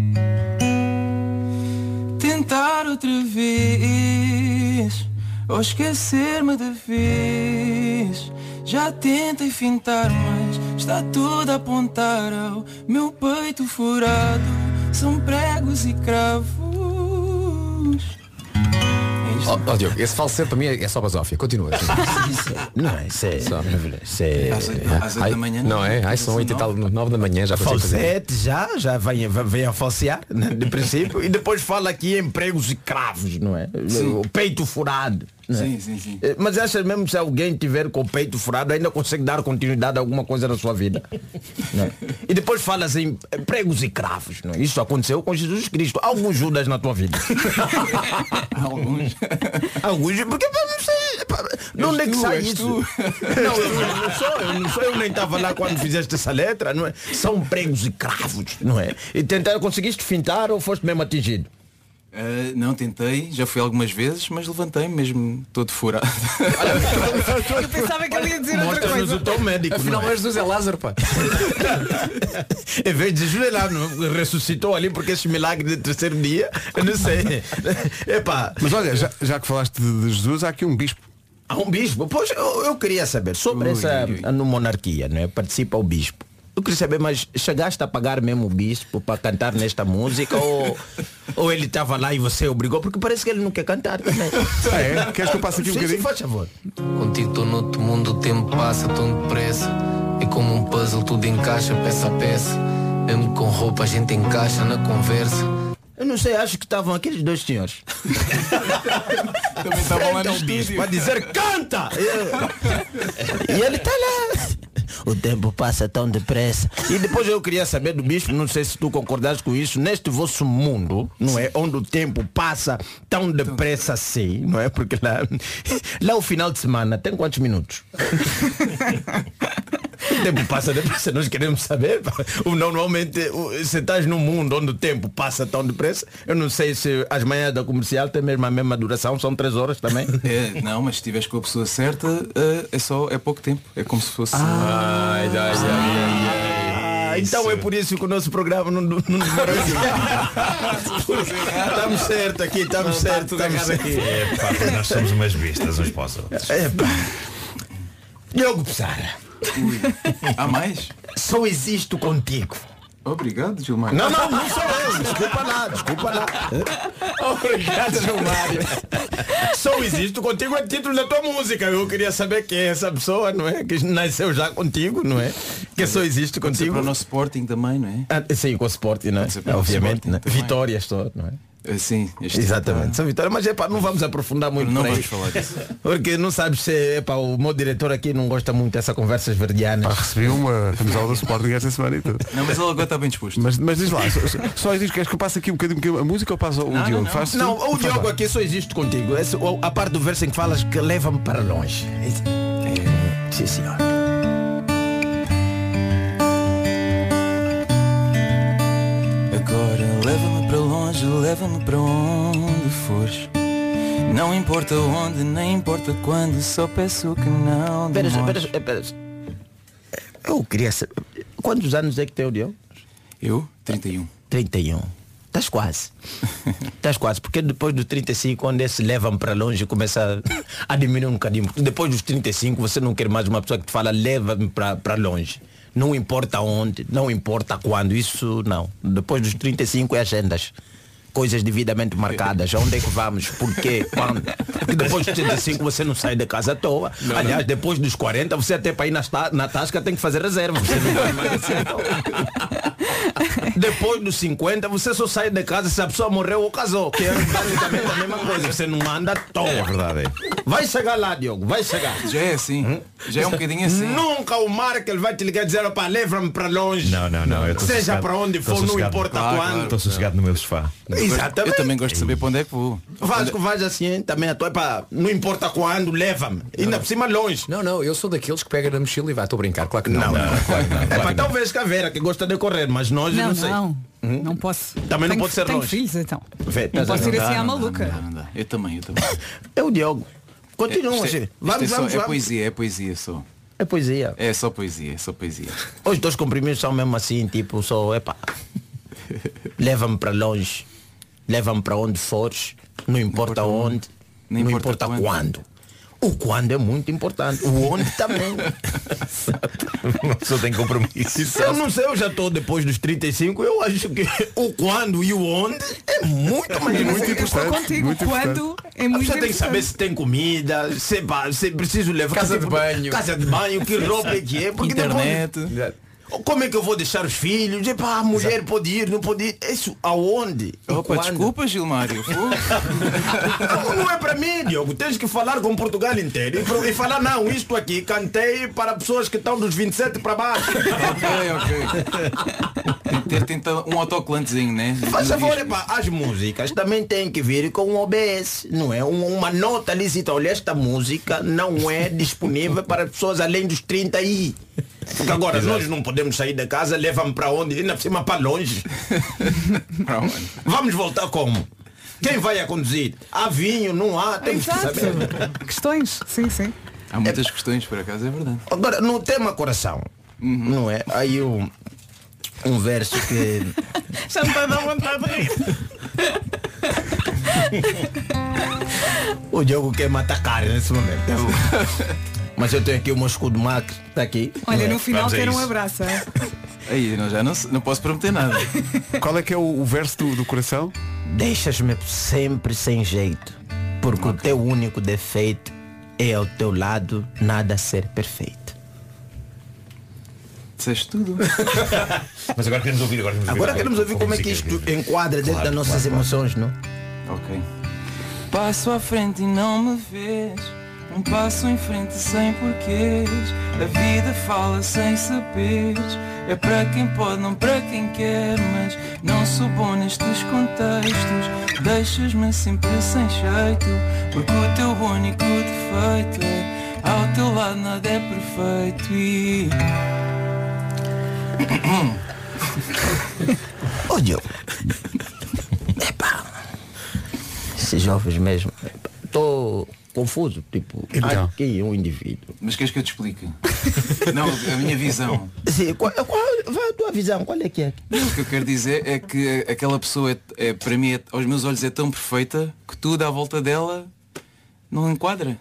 Tentar outra vez ou esquecer-me de vez. Já tentei fintar, mas está tudo a apontar ao meu peito furado. São pregos e cravos. Diogo, esse falsete para mim é só basófia. Continua. Não, isso é... Às 8 da manhã. Não é? Ai, são 8 e tal, 9 da manhã já falsete já vem a falsear, né, de princípio. E depois fala aqui em pregos e cravos, não é? Sim. O peito furado. Sim. Mas achas mesmo, se alguém tiver com o peito furado, ainda consegue dar continuidade a alguma coisa na sua vida? Não. E depois falas em pregos e cravos, não? Isso aconteceu com Jesus Cristo. Alguns Judas na tua vida? Alguns, porque não sei, de onde é que sai isso? Não, eu não sou, eu nem estava lá quando fizeste essa letra, não é? São pregos e cravos, não é? E tentar, conseguiste fintar ou foste mesmo atingido? Não, tentei, já fui algumas vezes, mas levantei-me mesmo todo furado. Eu pensava que ele ia dizer outra coisa. O teu médico. Afinal, não é Jesus, é Lázaro, pá. Em vez de Jesus, lá ressuscitou ali porque esse milagre de terceiro dia, eu não sei. Epá. Mas olha, já que falaste de Jesus, há aqui um bispo. Há um bispo? Pois eu queria saber sobre essa monarquia, não é? Participa o bispo. Eu queria saber, mas chegaste a pagar mesmo o bispo para cantar nesta música ou ele estava lá e você obrigou? Porque parece que ele não quer cantar também. Queres que eu passe aqui um bocadinho? Sim, faz favor. Contigo estou noutro mundo, o tempo passa tão depressa. É como um puzzle, tudo encaixa peça a peça. Mesmo com roupa a gente encaixa na conversa. Eu não sei, acho que estavam aqueles dois senhores. Também estavam lá no estúdio para dizer canta! E ele está lá. O tempo passa tão depressa. E depois eu queria saber do bispo, não sei se tu concordas com isso, neste vosso mundo, não é? Onde o tempo passa tão depressa assim, não é? Porque lá o final de semana tem quantos minutos? O tempo passa depressa, nós queremos saber. Normalmente, se estás num mundo onde o tempo passa tão depressa, eu não sei se as manhãs da comercial têm mesmo a mesma duração, são 3 horas também. Não, mas se estiveres com a pessoa certa, é pouco tempo. É como se fosse... Então é por isso que o nosso programa não demora Estamos certo aqui, estamos certo aqui. Nós somos umas bestas uns para os outros. Diogo Pissarra. Há mais? Só existo contigo. Obrigado, Gilmar. Não sou eu. Desculpa lá. Obrigado, Gilmar. Só existo contigo é título da tua música. Eu queria saber quem é essa pessoa, não é? Que nasceu já contigo, não é? Que só existe contigo. Para o nosso Sporting também, não é? Sim, com o Sporting, não é? Obviamente, né? Vitórias só, não é? Sim, exatamente, São Vitória, mas não vamos aprofundar muito não por aí. Vamos falar disso. Porque não sabes se o meu diretor aqui não gosta muito dessas conversas verdianas. Recebi uma camisola do Sporting esta semana e tudo. Não, mas ele agora está bem disposto. Mas diz lá, só existe, queres que eu passe aqui um bocadinho a música ou passa o Diogo? Não, o Diogo aqui só existe contigo. A parte do verso em que falas que leva-me para longe. Sim, senhor. Agora leva-me para longe, leva-me para onde fores. Não importa onde, nem importa quando, só peço que não demores. Espera. Eu queria saber, quantos anos é que tem o Diogo? Eu? 31. 31. Estás quase. Estás quase, porque depois dos 35, quando esse leva-me para longe, começa a diminuir um bocadinho. Depois dos 35, você não quer mais uma pessoa que te fala leva-me para longe. Não importa onde, não importa quando, isso não. Depois dos 35 é agendas. Coisas devidamente marcadas. Onde é que vamos? Porquê? Quando? Porque depois dos 35 você não sai da casa à toa. Aliás, depois dos 40 você até para ir na tasca tem que fazer reserva. Você não vai mais assim. Depois dos 50 você só sai de casa se a pessoa morreu ou casou. Que é basicamente a mesma coisa. Você não anda à toa. É verdade. Vai chegar lá, Diogo. Vai chegar. Já é assim. Já é um bocadinho assim. Nunca o Markel vai te ligar e dizer, opa, leva-me para longe. Não. Seja para onde for, não importa quando. Estou sossegado no meu sofá. Exatamente. Eu também gosto de saber para onde é que vou. Vais assim, também a tua, não importa quando, leva-me. Ainda por cima longe. Não, eu sou daqueles que pega na mochila e vai, estou a brincar, claro que não. Claro que não. Talvez Caveira, que gosta de correr, mas nós não sei. Não posso. Também não pode ser longe. Tenho filhos, então. Não posso ir assim à maluca. Não. Eu também. É o Diogo. Continua assim. Vamos. É poesia só. É poesia. É só poesia. Os dois comprimidos são mesmo assim, tipo, leva-me para longe. Leva-me para onde fores, não importa onde, não importa quando. O quando é muito importante, o onde também. Uma pessoa tem compromisso. Eu não sei, eu já estou depois dos 35, eu acho que o quando e o onde é muito mais importante. Contigo, quando é muito importante. Você tem que saber se tem comida, se preciso levar casa de banho, que roupa é que é, porque internet. Como é que eu vou deixar os filhos? A mulher pode ir, não pode ir. Isso aonde? Opa, desculpa, Gilmário. Não é para mim, Diogo. Tens que falar com Portugal inteiro e falar, não, isto aqui cantei para pessoas que estão dos 27 para baixo. Ok. Tem um autocolantezinho, né? Faz favor, as músicas também têm que vir com um OBS, não é? Uma nota lícita. Olha, esta música não é disponível para pessoas além dos 30 e... Porque agora nós não podemos sair da casa, leva-me para onde? Ainda por cima para longe. Vamos voltar como? Quem vai a conduzir? Há vinho, não há? Temos que saber. Questões, sim. Há muitas questões, por acaso, é verdade. Agora, no tema coração, não é? Aí um verso que... Já me está a dar vontade de rir. O Diogo quer matar cara nesse momento. Mas eu tenho aqui o meu escudo macro, está aqui. Olha, no final quero um abraço. Aí, não posso prometer nada. Qual é que é o verso do coração? Deixas-me sempre sem jeito, porque o teu único defeito é ao teu lado nada ser perfeito. Disseste tudo. Mas agora queremos ouvir. Agora queremos ouvir como é que isto enquadra dentro das nossas emoções, não? Ok. Passo à frente e não me vês. Um passo em frente sem porquês. A vida fala sem saberes. É para quem pode, não para quem quer. Mas não sou bom nestes contextos. Deixas-me sempre sem jeito, porque o teu único defeito é ao teu lado nada é perfeito. E... Ô Diogo, esses jovens mesmo, estou confuso, tipo, aqui um indivíduo. Mas queres que eu te explique? Não, a minha visão. Sim, qual a tua visão? Qual é que é? O que eu quero dizer é que aquela pessoa, para mim, aos meus olhos é tão perfeita que tudo à volta dela não enquadra.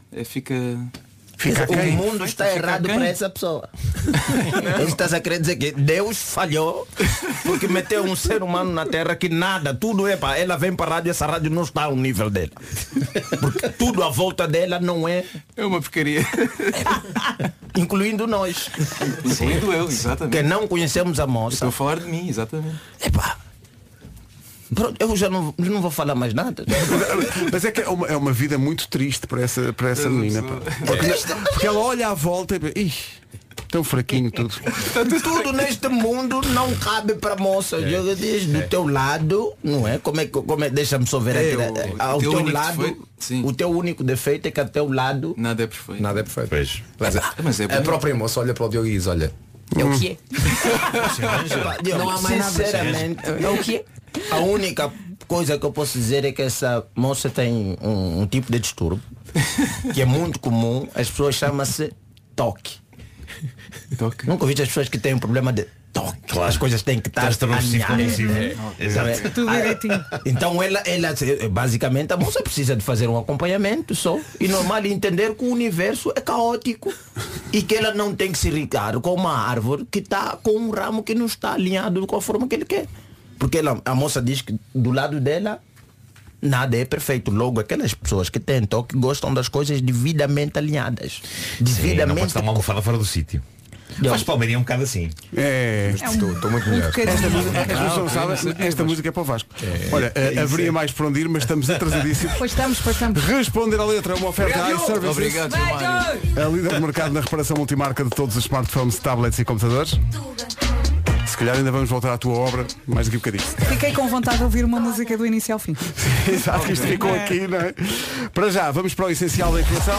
O mundo está errado para essa pessoa. Estás a querer dizer que Deus falhou porque meteu um ser humano na terra que nada, tudo é para ela vem para a rádio, essa rádio não está ao nível dela. Porque tudo à volta dela não é. É uma porcaria. Incluindo nós. Incluindo eu, exatamente. Que não conhecemos a moça. Estou a falar de mim, exatamente. Pronto, eu já não vou falar mais nada. Mas é que é uma vida muito triste para essa menina. Porque ela olha à volta e tão fraquinho tudo. Tudo neste mundo não cabe para moça. Eu diz do teu lado, não é? Como é deixa-me só ver aqui. Ao teu lado, o teu único defeito é que ao teu lado nada é perfeito. Nada é perfeito. Pois. Mas é a própria moça olha para o Diogo e diz, olha, é o que é. Não há mais nada. Sinceramente, é o que é. A única coisa que eu posso dizer é que essa moça tem um tipo de distúrbio que é muito comum. As pessoas chamam-se toque. Nunca ouvi as pessoas que têm um problema de toque. Claro. As coisas têm que estar alinhadas. Tudo direitinho. Então ela basicamente a moça precisa de fazer um acompanhamento só. E normal entender que o universo é caótico e que ela não tem que se irritar com uma árvore que está com um ramo que não está alinhado com a forma que ele quer. Porque a moça diz que do lado dela nada é perfeito. Logo, aquelas pessoas que têm toque gostam das coisas devidamente alinhadas. Devidamente. Não pode estar uma almofada fora do sítio. Faz Palmeirinha um bocado assim. Estou muito melhor. Esta música é para o Vasco. Olha, haveria mais para onde ir, mas estamos atrasadíssimos. Pois estamos. Responder à letra, uma oferta iServices. Obrigado, a líder de mercado na reparação multimarca de todos os smartphones, tablets e computadores. Se calhar ainda vamos voltar à tua obra mais daqui a bocadinho. Fiquei com vontade de ouvir uma música do início ao fim. Exato, isto ficou aqui, não é? Para já, vamos para o essencial da informação.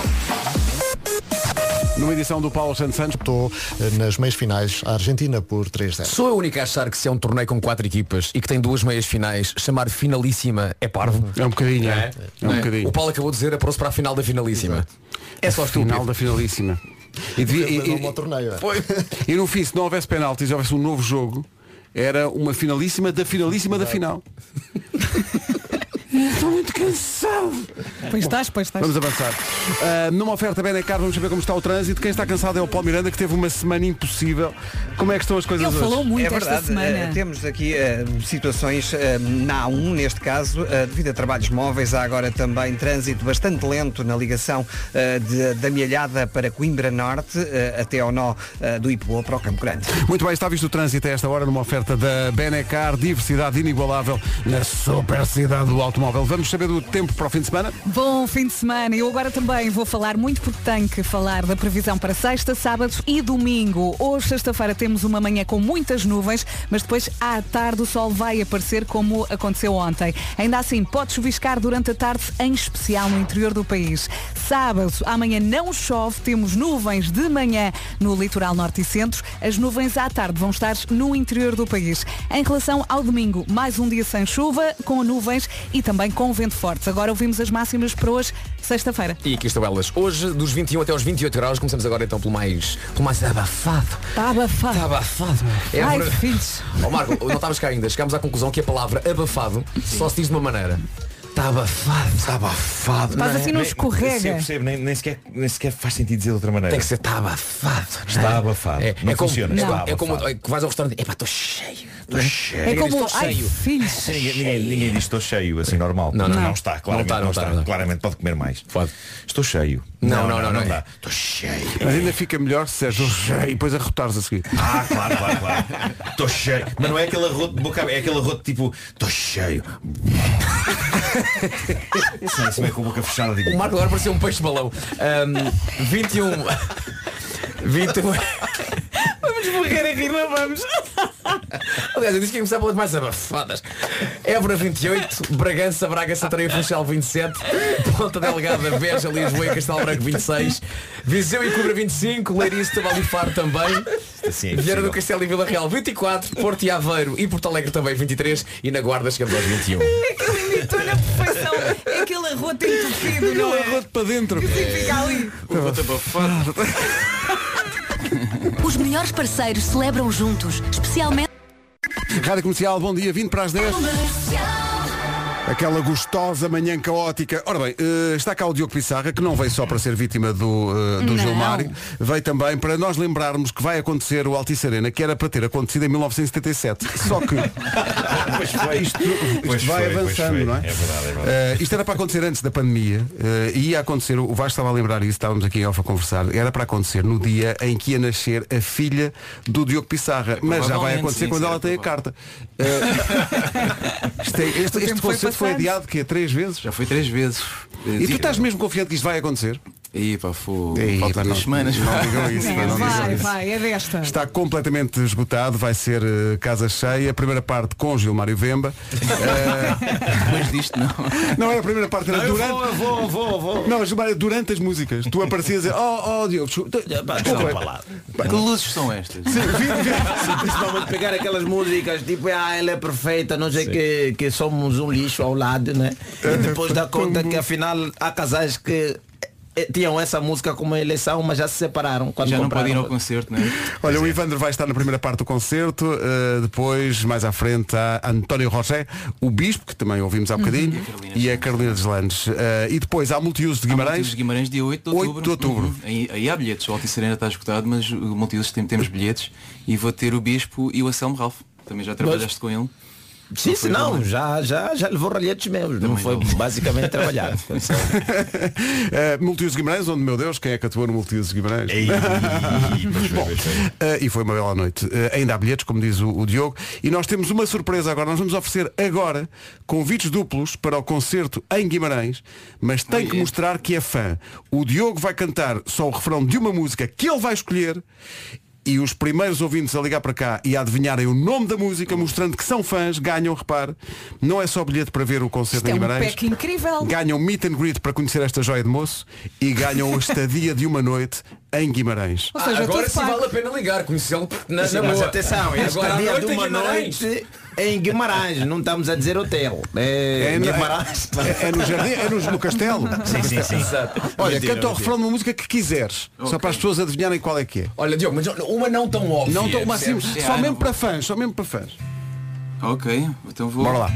Numa edição do Paulo Santos. Estou nas meias finais a Argentina por 3-0. Sou a única a achar que se é um torneio com 4 equipas e que tem 2 meias finais, chamar finalíssima é parvo. É um bocadinho, é um bocadinho. O Paulo acabou de dizer, apurou-se para a final da finalíssima. Exato. É só estúpido. Final da finalíssima. E no fim, se não houvesse penaltis, houvesse um novo jogo, era uma finalíssima da finalíssima da final. Estou muito cansado. Pois estás. Vamos avançar. Numa oferta Benecar, vamos saber como está o trânsito. Quem está cansado é o Paulo Miranda, que teve uma semana impossível. Como é que estão as coisas hoje? Ele falou muito esta semana. Temos aqui situações na A1, neste caso, devido a trabalhos móveis. Há agora também trânsito bastante lento na ligação da Mielhada para Coimbra Norte, até ao nó do Ipoa para o Campo Grande. Muito bem, está visto o trânsito a esta hora numa oferta da Benecar. Diversidade inigualável na super cidade do automóvel. Vamos saber do tempo para o fim de semana? Bom fim de semana. Eu agora também vou falar muito porque tenho que falar da previsão para sexta, sábado e domingo. Hoje, sexta-feira, temos uma manhã com muitas nuvens, mas depois à tarde o sol vai aparecer como aconteceu ontem. Ainda assim, pode chuviscar durante a tarde, em especial no interior do país. Sábado, amanhã não chove, temos nuvens de manhã no litoral norte e centro. As nuvens à tarde vão estar no interior do país. Em relação ao domingo, mais um dia sem chuva, com nuvens e também com vento forte. Agora ouvimos as máximas para hoje, sexta-feira. E aqui estão elas. Hoje, dos 21 até aos 28 graus, começamos agora então pelo mais abafado. Está abafado. Ai, filhos. Marco, não estavas cá ainda. Chegámos à conclusão que a palavra abafado só se diz de uma maneira. Está abafado. Faz assim, não escorrega. Eu percebo, nem sequer faz sentido dizer de outra maneira. Tem que ser está abafado. Está abafado. Não funciona. É como que vais ao restaurante. Epá, estou cheio. É como, ai, filhos. Ninguém diz estou cheio, assim, normal. Não está, claramente não está. Claramente pode comer mais. Pode. Estou cheio. Não dá. Estou cheio. Mas ainda fica melhor se és cheio e depois arrotares a seguir. Claro. Estou cheio. Mas não é aquele arroto de boca, é aquele arroto tipo estou cheio. Isso é com a boca fechada. O Marco agora parecia um peixe-balão. 21. Vamos morrer a rir, não vamos? Aliás, eu disse que ia começar pelas mais abafadas. Évora 28, Bragança, Braga, Santarém, Funchal 27, Ponta Delgada, Beja, Lisboa e Castelo Branco 26, Viseu e Coimbra 25, Leiria, Setúbal e Faro também, assim Vieira do Castelo e Vila Real 24, Porto e Aveiro e Porto Alegre também 23 e na Guarda chegamos aos 21. É que ele imitou na perfeição. É aquele arroto entupido, não é? Arroto para dentro. Que fica ali. Arroto abafado. Os melhores parceiros celebram juntos, especialmente... Rádio Comercial, bom dia, 20 para as 10. Aquela gostosa manhã caótica. Ora bem, está cá o Diogo Pissarra, que não veio só para ser vítima do Gilmário, veio também para nós lembrarmos que vai acontecer o Altice Arena, que era para ter acontecido em 1977. Só que isto vai avançando, não é? É verdade. Isto era para acontecer antes da pandemia, e ia acontecer, o Vasco estava a lembrar isso, estávamos aqui em off a conversar, era para acontecer no dia em que ia nascer a filha do Diogo Pissarra, mas já vai acontecer quando ela tem a carta. Este concerto foi adiado que 3 vezes? Já foi 3 vezes. E tu estás mesmo confiante que isto vai acontecer? E pá, falta 2 semanas. Não digam isso. Vai, é desta. Está completamente esgotado, vai ser casa cheia. A primeira parte com Gilmário Vemba. Depois disto não. Não, é a primeira parte, era durante. Vou. Não, Gilmário, durante as músicas. Tu aparecias a dizer, Diogo, desculpa. Que luzes são estas? Principalmente pegar aquelas músicas tipo, ela é perfeita, não sei que somos um lixo ao lado, né? E depois dá conta que afinal há casais que tinham essa música como eleição, mas já se separaram quando já compraram. não podem ir ao concerto, né? Olha, o Ivandro vai estar na primeira parte do concerto, depois, mais à frente, há António José, o Bispo, que também ouvimos há bocadinho, e a Carolina Deslandes. E depois há Multiuso de Guimarães. Multiuso de Guimarães, dia 8 de outubro. Aí há bilhetes, o Altice Arena está esgotado, mas o Multiuso temos bilhetes, e vou ter o Bispo e o Anselmo Ralph. Também já trabalhaste com ele? Sim, já levou ralhetos meus. Não foi basicamente trabalhar. Multiuso de Guimarães, onde, meu Deus, quem é que atuou no Multiuso de Guimarães? E foi uma bela noite. Ainda há bilhetes, como diz o Diogo. E nós temos uma surpresa agora. Nós vamos oferecer agora convites duplos para o concerto em Guimarães, mas tem que mostrar que é fã. O Diogo vai cantar só o refrão de uma música que ele vai escolher. E os primeiros ouvintes a ligar para cá e a adivinharem o nome da música, mostrando que são fãs, ganham, repare, não é só bilhete para ver o concerto em Guimarães. É um pack incrível. Ganham meet and greet para conhecer esta joia de moço e ganham a estadia de uma noite em Guimarães. Ou seja, agora sim vale a pena ligar, conhecê-lo mas atenção, esta dia de uma noite em Guimarães, não estamos a dizer hotel. É Guimarães. É no jardim, é no castelo. Sim. Olha, canta o refrão de uma música que quiseres. Só para as pessoas adivinharem qual é que é. Olha, Diogo, mas uma não tão óbvia. Não tão assim, só mesmo para fãs, Ok, então vou. Bora lá.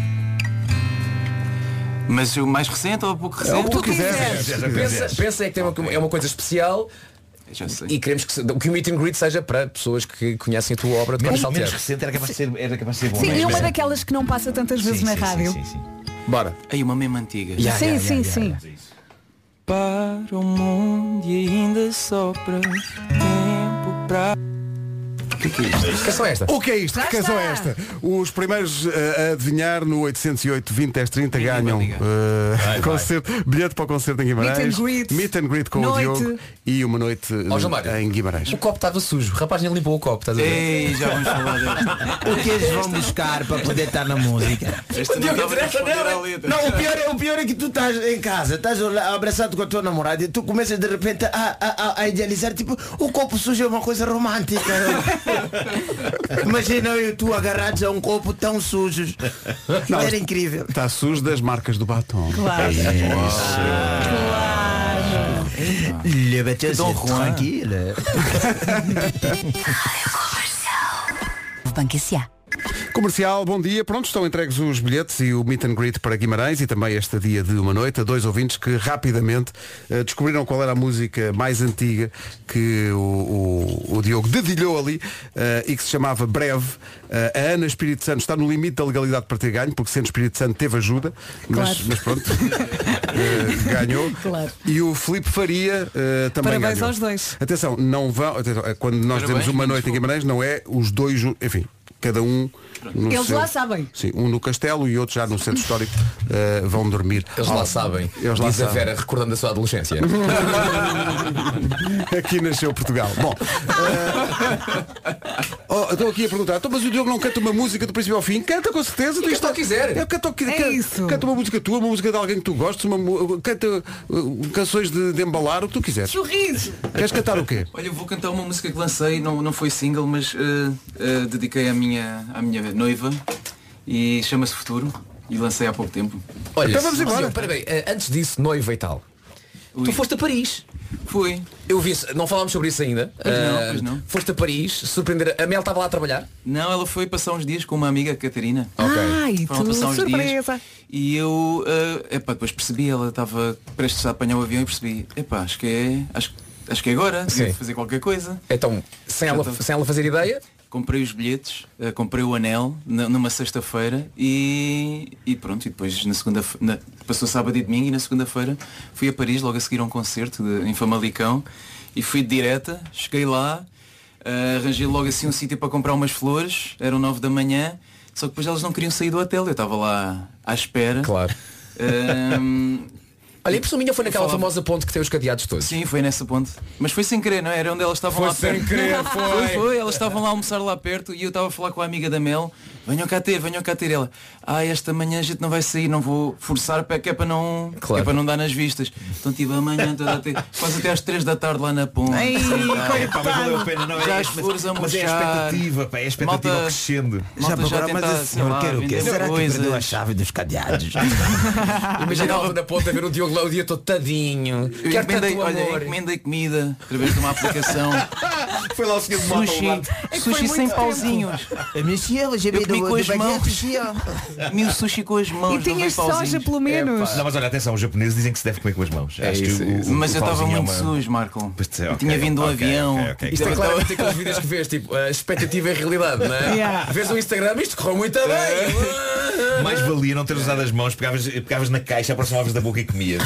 Mas o mais recente ou pouco recente? É o que tu quiseres. Pensa é que é uma coisa especial. Já sei. E queremos que o meet and greet seja para pessoas que conhecem a tua obra de menos recente era capaz de ser bom. Sim, e uma daquelas que não passa tantas vezes na rádio. Sim. Bora. Aí uma mesmo antiga. Sim. Para o mundo e ainda sopra tempo para... O que é isto? Que é só esta? O que é isto? Que é só esta? Os primeiros a adivinhar no 808 20 10 30 ganham concerto, bilhete para o concerto em Guimarães, meet and greet com o Diogo e uma noite em Guimarães. O copo estava sujo, o rapaz nem limpou o copo, estás a ver? Ei, já vamos falar desta. O que eles vão buscar para poder estar na música? O pior é que tu estás em casa, estás abraçado com a tua namorada e tu começas de repente a idealizar, tipo, o copo sujo é uma coisa romântica. Imagina eu e tu agarrados a um copo tão sujos. Não, era incrível. Está sujo das marcas do batom. Claro. Le bateau c'est tranquille. Banco S.A. Comercial, bom dia. Pronto, estão entregues os bilhetes e o meet and greet para Guimarães e também esta dia de uma noite a 2 ouvintes que rapidamente descobriram qual era a música mais antiga que o Diogo dedilhou ali e que se chamava Breve. A Ana Espírito Santo está no limite da legalidade para ter ganho, porque sendo Espírito Santo teve ajuda, mas pronto, ganhou. Claro. E o Filipe Faria também Parabéns ganhou. aos dois. Atenção, não vão, quando nós temos uma noite em Guimarães, não é os dois, enfim, cada um no eles seu, lá sabem. Sim, um no castelo e outro já no centro histórico vão dormir. Eles lá sabem. Eles lá diz sabem. A Vera recordando a sua adolescência. Aqui nasceu Portugal. Bom, estou aqui a perguntar, mas o Diogo não canta uma música do princípio ao fim? Canta com certeza. Canta o que quiser. Canta uma música tua, uma música de alguém que tu gostes, canta canções de embalar, o que tu quiseres. Sorriso. Queres cantar o quê? Olha, eu vou cantar uma música que lancei, não foi single, mas dediquei à minha noiva e chama-se Futuro e lancei há pouco tempo. Olha, então vamos embora. Peraí, antes disso, noiva e tal. Tu foste a Paris. Fui. Eu vi, não falámos sobre isso ainda. Pois não. Foste a Paris, surpreender. A Mel estava lá a trabalhar? Não, ela foi passar uns dias com uma amiga, Catarina. Ai, Foram passar uns surpresa. dias. E eu, depois percebi, ela estava prestes a apanhar o avião e percebi, acho que é agora, devo fazer qualquer coisa. Então, sem ela fazer ideia? Comprei os bilhetes, comprei o anel numa sexta-feira e pronto, e depois passou sábado e domingo e na segunda-feira fui a Paris, logo a seguir a um concerto em Famalicão e fui de direta, cheguei lá, arranjei logo assim um sítio para comprar umas flores, eram 9 da manhã, só que depois elas não queriam sair do hotel, eu estava lá à espera. Claro. Olha, e por minha foi naquela famosa ponte que tem os cadeados todos. Sim, foi nessa ponte. Mas foi sem querer, não é? Era onde elas estavam lá perto. Foi sem querer, foi. Elas estavam lá a almoçar lá perto e eu estava a falar com a amiga da Mel. Venham cá ter. Ela, esta manhã a gente não vai sair, não vou forçar, que é para não, é para não dar nas vistas. Então tive amanhã toda até, quase até às 3 da tarde lá na ponte. Ai, mas valeu a pena, não é? Já as flores a mas é a expectativa, é a expectativa crescendo. Será que perdeu a chave dos cadeados? Imaginava na ponta a ver o Diogo lá o dia todo tadinho. Eu encomendei comida através de uma aplicação. Foi lá o senhor de sushi sem pauzinhos. Eu comi com as mãos. Comi o sushi com as mãos. E tinhas soja pelo menos. Não, mas olha, atenção, os japoneses dizem que se deve comer com as mãos. Mas eu estava muito sujo, Marco. Tinha vindo do avião. Isto é claramente aqueles vídeos que vês, tipo, a expectativa é a realidade, não é? Vês o Instagram, isto correu muito bem. Mais valia não ter usado as mãos, pegavas na caixa, aproximavas da boca e comias.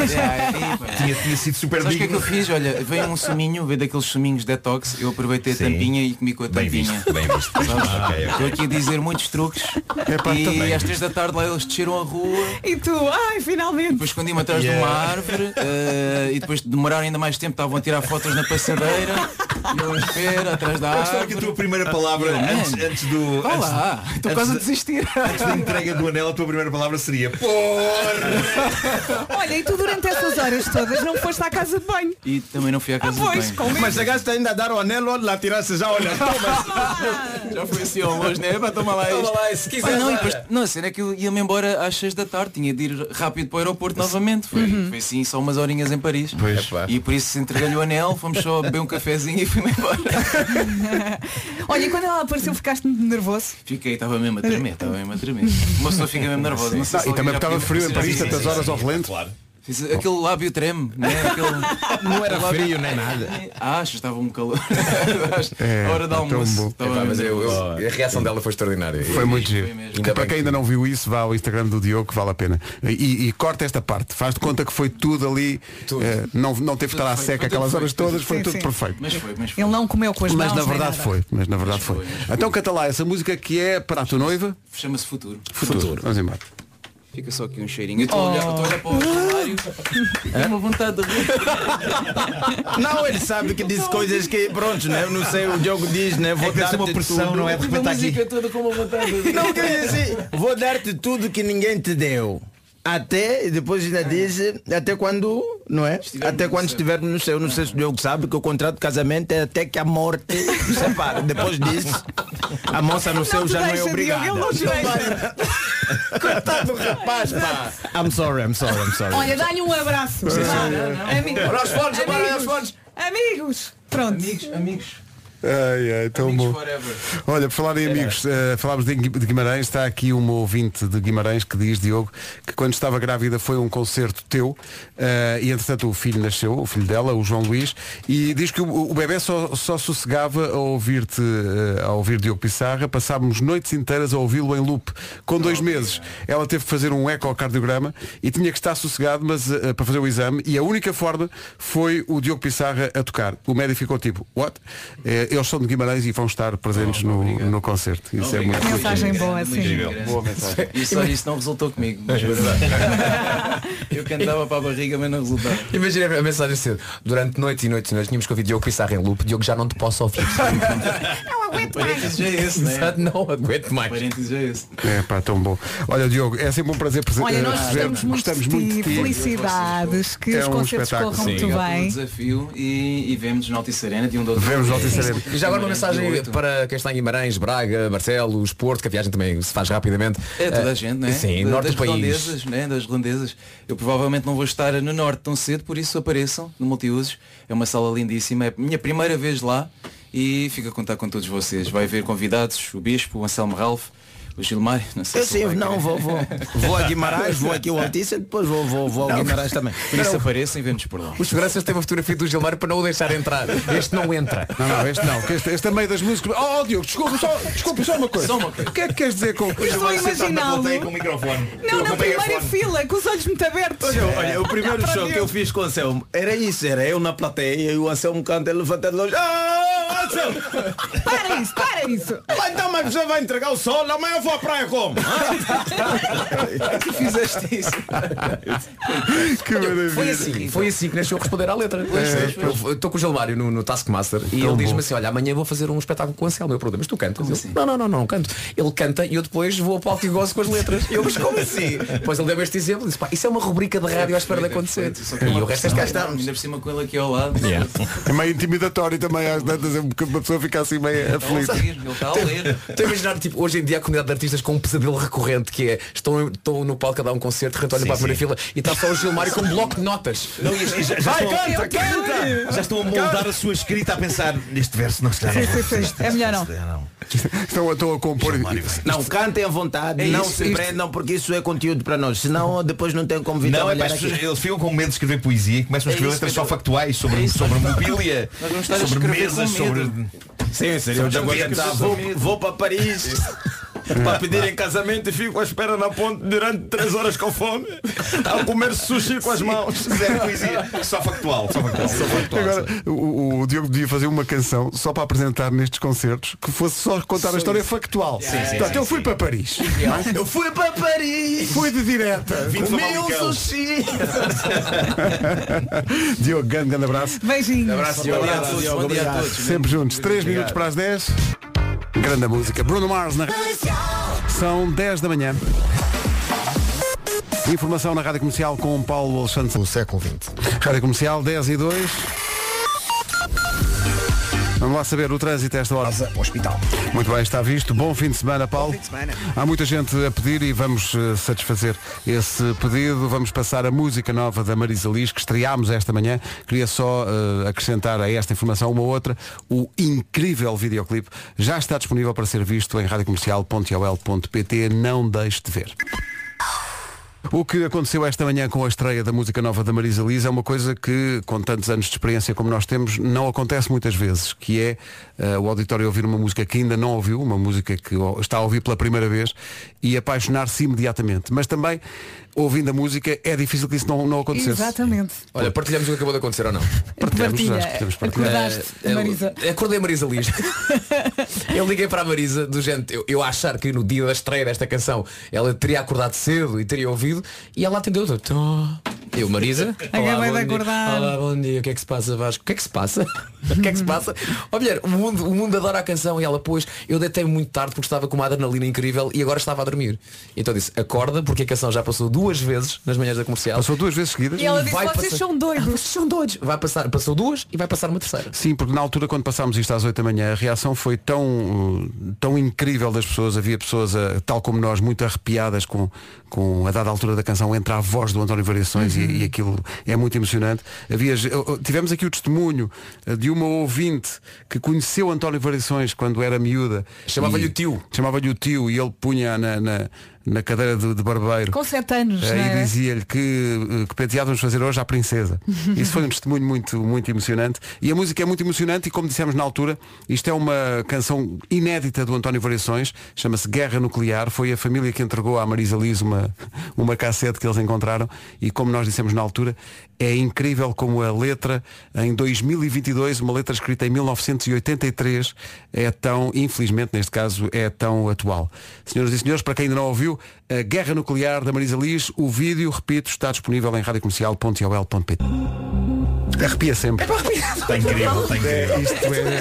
Tinha sido super digno. Sabes o que é que eu fiz? Olha, veio um suminho, veio daqueles suminhos detox, eu aproveitei a tampinha e comi com a tampinha. Bem visto. Estou aqui a dizer muitos truques. E às 3 da tarde lá eles desceram a rua. E tu, finalmente. Depois escondi-me atrás de uma árvore e depois demoraram ainda mais tempo, estavam a tirar fotos na passadeira. E eu à espera, atrás da árvore. Que a tua primeira palavra antes do... Vá lá, estou quase a desistir. Antes da entrega do anel, a tua primeira palavra seria porra! Olha, e tu durante essas horas todas não foste à casa de banho? E também não fui à casa de banho. Mas chegaste ainda a dar o anel ou lá tiraste já, olha, já foi assim ao longe, né? Toma lá se quiser. Não, a cena é que eu ia-me embora às 6 da tarde, tinha de ir rápido para o aeroporto novamente. Foi assim, só umas horinhas em Paris. E por isso entreguei-lhe o anel, fomos só beber um cafezinho e fui-me embora. Olha, e quando ela apareceu ficaste muito nervoso? Fiquei, estava mesmo a tremer. Uma pessoa fica mesmo nervosa. Não sei e também estava frio em Paris, tantas horas ao relento. Claro. Aquele lábio treme, né? Não era frio nem nada. Acho, estava um calor. A hora do almoço. Mas a reação dela foi extraordinária. Foi muito giro. Para quem ainda não viu isso, vá ao Instagram do Diogo, que vale a pena. E corta esta parte. Faz de conta que foi tudo ali. Não teve que estar à seca aquelas horas todas. Foi tudo perfeito. Mas foi. Ele não comeu com as mãos. Mas na verdade foi. Então canta lá essa música que é para a tua noiva. Chama-se Futuro. Vamos embora. Fica só aqui um cheirinho. Eu estou a olhar para o cenário. É uma vontade de rir. Não, ele sabe que diz coisas que, pronto, né? Eu não sei, o Diogo diz, né? Vou dar-te uma pressão, tudo. Não é de repente a música toda com uma vontade de rir. Não, quer dizer, vou dar-te tudo que ninguém te deu. Até, e depois ainda diz, até quando, não é? Até quando estivermos no céu. Não sei se o Diogo sabe que o contrato de casamento é até que a morte nos separa. Depois disso, a moça no céu já não é obrigada. Coitado do rapaz, pá. I'm sorry. Olha, dá-lhe um abraço. Amigos. Pronto. Amigos. Tão bom. Olha, por falar em amigos, falámos de Guimarães. Está aqui uma ouvinte de Guimarães que diz, Diogo, que quando estava grávida foi um concerto teu e entretanto o filho nasceu, o filho dela, o João Luís, e diz que o bebê só sossegava a ouvir Diogo Pissarra. Passámos noites inteiras a ouvi-lo em loop. Com 2 meses ela teve que fazer um ecocardiograma e tinha que estar sossegado, mas para fazer o exame, e a única forma foi o Diogo Pissarra a tocar. O médico ficou tipo, what? Eles são de Guimarães e vão estar presentes no concerto. Isso é muito mensagem boa, sim. Boa mensagem. Isso não resultou comigo. Mas eu cantava para a barriga, mas não resultava. Imagina a mensagem cedo. Durante noites e noites tínhamos que ouvir Diogo Pissarra em loop. Diogo, já não te posso ouvir. aguento mais. Já é esse, né? Exato, não aguento mais. Parênteses é esse. É pá, tão bom. Olha, Diogo, é sempre um prazer Olha, nós gostamos muito de ti. Felicidades, que os concertos corram muito bem. Desafio e vemos no Altice Arena de um do outro. Vemos no Altice Arena. E já agora uma mensagem para quem está em Guimarães, Braga, Barcelos, Porto, que a viagem também se faz rapidamente. É toda a gente, não é? Sim, norte do país. Redondezas, né? Das redondezas. Eu provavelmente não vou estar no norte tão cedo, por isso apareçam no Multiusos. É uma sala lindíssima. É a minha primeira vez lá e fico a contar com todos vocês. Vai haver convidados, o Bispo, o Anselmo Ralph, o Gilmar, não sei se vou a Guimarães, vou aqui ao Altice, depois vou ao Guimarães também. Por isso apareçam e vemos por lá. Os seguranças têm uma fotografia do Gilmar para não o deixar entrar. Este não entra. Não, este não. Este é meio das músicas. Oh, Diogo, desculpa só uma coisa. O que é que queres dizer com... Estou a imaginá-lo. Com o microfone. Não, na primeira fila, com os olhos muito abertos. Olha, o primeiro show que eu fiz com o Anselmo era isso, era eu na plateia e o Anselmo canta, ele levanta de longe. Anselmo! Para isso! Então, mas você vai entregar o sol, amanhã eu vou à praia como? Que fizeste isso? Que maravilha. Foi assim que nasceu responder à letra. Eu estou com o Gilmário no Taskmaster e ele diz-me assim, olha, amanhã vou fazer um espetáculo com o Anselmo. Eu pergunto, mas tu cantas? Assim? Não canto. Ele canta e eu depois vou ao palco e gosto com as letras. Eu, mas como assim? Depois ele deu este exemplo e disse, pá, isso é uma rubrica de rádio à espera de acontecer. E o resto é cá estamos. Ainda por cima com ele aqui ao lado. É meio intimidatório também às tantas, uma pessoa fica assim meio aflita. Ele está a ler. Estou a imaginar, tipo, hoje em dia a comunidade de artistas com um pesadelo recorrente que é, estão no palco a dar um concerto, de repente olham para a primeira fila e está só o Gilmário com um bloco de notas. Não, já estão a moldar a sua escrita a pensar neste verso não se dá. É melhor não. Estão a compor. Não, cantem à vontade, não se prendam porque isso é conteúdo para nós, senão depois não tem como vir trabalhar aqui. Eles ficam com medo de escrever poesia e começam a escrever letras só factuais sobre mobília, sobre mesas, sobre... Sim, eu já vou para Paris para pedir em casamento e fico à espera na ponte durante 3 horas com fome a comer sushi com as mãos. Zero poesia, só factual. Agora, o Diogo devia fazer uma canção só para apresentar nestes concertos que fosse só contar a história factual. Portanto, eu fui para Paris. Eu fui para Paris. Fui de direta. Comi um sushi. Diogo, grande abraço. Beijinhos. Abraço, Diogo. Bom dia a todos. Sempre juntos. 3 minutos para as 10. Grande música. Bruno Mars na... São 10 da manhã. Informação na Rádio Comercial com Paulo Alexandre. No século XX. Rádio Comercial 10:02. Vamos lá saber o trânsito a esta hora. Hospital. Muito bem, está visto. Bom fim de semana, Paulo. Bom fim de semana. Há muita gente a pedir e vamos satisfazer esse pedido. Vamos passar a música nova da Marisa Liz, que estreámos esta manhã. Queria só acrescentar a esta informação uma outra. O incrível videoclipe já está disponível para ser visto em radiocomercial.ol.pt. Não deixe de ver. O que aconteceu esta manhã com a estreia da música nova da Marisa Liz é uma coisa que, com tantos anos de experiência como nós temos, não acontece muitas vezes, que é o auditório ouvir uma música que ainda não ouviu, uma música que está a ouvir pela primeira vez e apaixonar-se imediatamente. Mas também, ouvindo a música, é difícil que isso não acontecesse. Exatamente. Olha, partilhamos o que acabou de acontecer ou não? Partilhamos, acho que podemos partilhar. Acordaste, Marisa. Acordei a Marisa Liz. Eu liguei para a Marisa do género, eu a achar que no dia da estreia desta canção ela teria acordado cedo e teria ouvido e ela atendeu. Eu, Marisa, olá, bom dia, o que é que se passa, Vasco? O que é que se passa? O que é que se passa? Ó, mulher, o mundo adora a canção e ela pôs, eu deitei muito tarde porque estava com uma adrenalina incrível e agora estava a dormir. Então disse, acorda porque a canção já passou 2 vezes nas manhãs da Comercial. Passou 2 vezes seguidas? E ela disse, vocês são doidos. Vocês são doidos. Passou 2 e vai passar uma terceira. Sim, porque na altura quando passámos isto às 8 da manhã, a reação foi tão incrível das pessoas. Havia pessoas, tal como nós, muito arrepiadas com a dada altura da canção, entra a voz do António Variações e aquilo é muito emocionante. Tivemos aqui o testemunho de uma ouvinte que conheceu António Variações quando era miúda. Chamava-lhe o tio. Chamava-lhe o tio e ele punha na cadeira de barbeiro. Com 7 anos, e dizia-lhe que penteado vamos fazer hoje à princesa. Isso foi um testemunho muito, muito emocionante. E a música é muito emocionante e, como dissemos na altura, isto é uma canção inédita do António Variações, chama-se Guerra Nuclear. Foi a família que entregou à Marisa Liz uma cassete que eles encontraram e, como nós dissemos na altura, é incrível como a letra, em 2022, uma letra escrita em 1983, é tão, infelizmente neste caso, é tão atual. Senhoras e senhores, para quem ainda não ouviu, a Guerra Nuclear da Marisa Liz, o vídeo, repito, está disponível em radiocomercial.ol.pt. Arrepia sempre. Está incrível, está incrível. Isto é...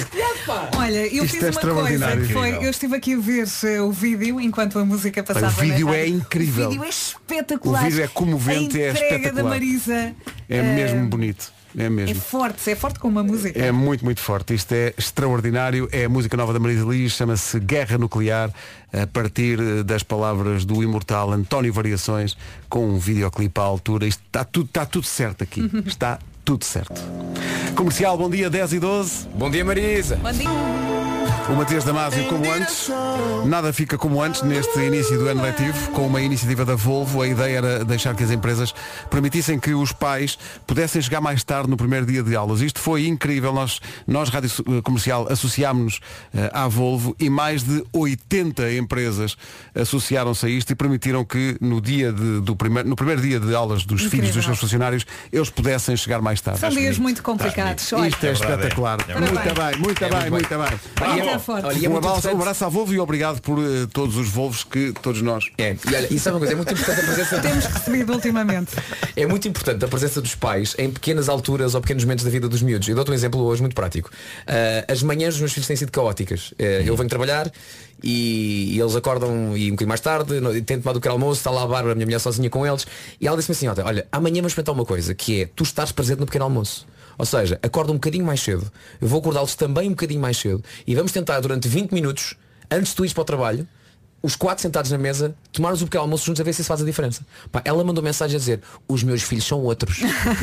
Olha, eu Isto fiz é uma coisa que foi, incrível. eu estive aqui a ver o vídeo enquanto a música passava. O vídeo na é rádio. incrível. O vídeo é espetacular. O vídeo é comovente, a é entrega espetacular. da Marisa É mesmo bonito. É é mesmo. forte como uma música. É muito, muito forte. Isto é extraordinário. É a música nova da Marisa Liz, chama-se Guerra Nuclear, a partir das palavras do imortal António Variações, com um videoclipe à altura. Isto está tudo certo aqui. Está tudo certo. Comercial, bom dia, 10:12. Bom dia, Marisa. Bom dia. O Matias Damasio como antes. Nada fica como antes neste início do ano letivo. Com uma iniciativa da Volvo, a ideia era deixar que as empresas permitissem que os pais pudessem chegar mais tarde no primeiro dia de aulas. Isto foi incrível. Nós Rádio Comercial, associámos-nos à Volvo e mais de 80 empresas associaram-se a isto e permitiram que no primeiro dia de aulas dos Incrível. filhos dos seus funcionários, eles pudessem chegar mais tarde. São dias muito complicados. Olha, Isto é espetacular. Muito bem, muito bem, muito bem. forte. Olha, e é Um muito abraço à Volvo e obrigado por todos os Volvos que todos nós. É, e olha, isso é uma coisa, é muito importante a presença. Temos recebido ultimamente. É muito importante a presença dos pais em pequenas alturas ou pequenos momentos da vida dos miúdos. Eu dou-te um exemplo hoje muito prático. As manhãs dos meus filhos têm sido caóticas. Eu venho trabalhar e eles acordam e um bocadinho mais tarde, tento tomar do pequeno almoço, está lá a Bárbara, a minha mulher sozinha com eles, e ela disse-me assim, olha, amanhã vamos experimentar uma coisa, que é tu estás presente no pequeno almoço. Ou seja, acorda um bocadinho mais cedo. Eu vou acordá-los também um bocadinho mais cedo. E vamos tentar durante 20 minutos, antes de tu ires para o trabalho, os 4 sentados na mesa, tomarmos o pequeno almoço juntos a ver se isso faz a diferença. Pá, ela mandou mensagem a dizer, os meus filhos são outros.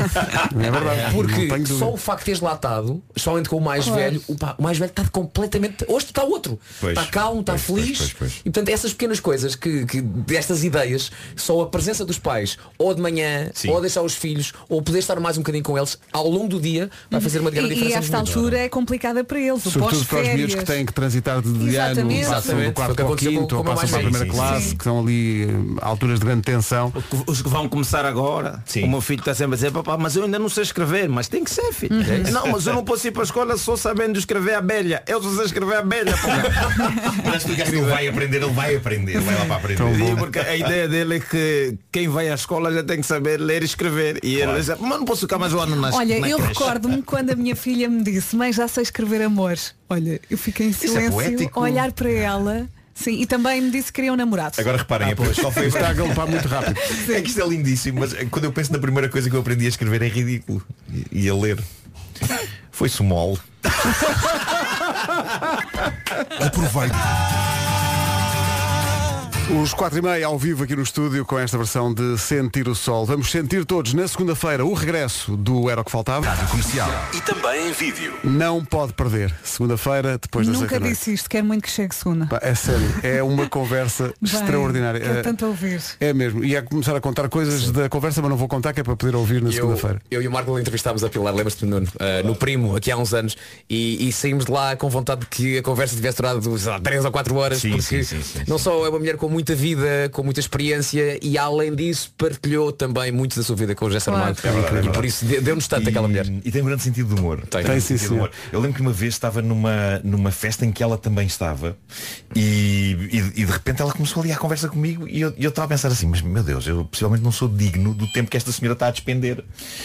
É verdade. Porque só o facto de teres lá estado, somente com o mais velho, o mais velho está completamente. Hoje está outro. Está calmo, está feliz. E portanto essas pequenas coisas destas ideias, só a presença dos pais, ou de manhã, ou deixar os filhos, ou poder estar mais um bocadinho com eles ao longo do dia, vai fazer uma grande diferença. E esta altura é complicada para eles. Sobretudo para os miúdos que têm que transitar de ano, passam do quarto para o quinto, ou passam para a primeira classe, que estão ali a alturas de grande tensão. Os que vão começar agora, o meu filho está sempre a dizer, papá, mas eu ainda não sei escrever, mas tem que ser, filho. Não, mas eu não posso ir para a escola só sabendo escrever abelha. Eu só sei escrever abelha. Mas tu que ele vai aprender, ele vai lá para aprender. Sim, porque a ideia dele é que quem vai à escola já tem que saber ler e escrever. E ele diz, mas não posso ficar mais um ano na Olha, na eu creche. recordo-me quando a minha filha me disse, mãe, já sei escrever amor. Olha, eu fiquei em silêncio a olhar para ela. Sim, e também me disse que queriam namorados. Agora reparem, qual foi está a galopar muito rápido. É que isto é lindíssimo, mas quando eu penso na primeira coisa que eu aprendi a escrever é ridículo. E a ler. Foi small. Aproveite. Os 4:30 ao vivo aqui no estúdio com esta versão de Sentir o Sol. Vamos sentir todos na segunda-feira o regresso do Era o que Faltava. Rádio Comercial. E também em vídeo. Não pode perder. Segunda-feira, depois das 8 Nunca da noite. disse isto, quero muito que chegue segunda. Pá, é sério, é uma conversa extraordinária. Quero tanto ouvir. É mesmo. Ia começar a contar coisas da conversa, mas não vou contar, que é para poder ouvir na segunda-feira. Eu e o Marco entrevistámos a Pilar, lembras-te, Nuno, no Primo, aqui há uns anos, e saímos de lá com vontade de que a conversa tivesse durado 3 ou 4 horas, porque não só é uma mulher com muita vida, com muita experiência, e além disso partilhou também muito da sua vida com o José Saramago. E por isso deu-nos tanto aquela mulher. E tem um grande sentido de humor. Tem grande sim, sentido de humor. Eu lembro que uma vez estava numa festa em que ela também estava e de repente ela começou ali a conversa comigo e eu estava a pensar assim, mas meu Deus, eu possivelmente não sou digno do tempo que esta senhora está a despender.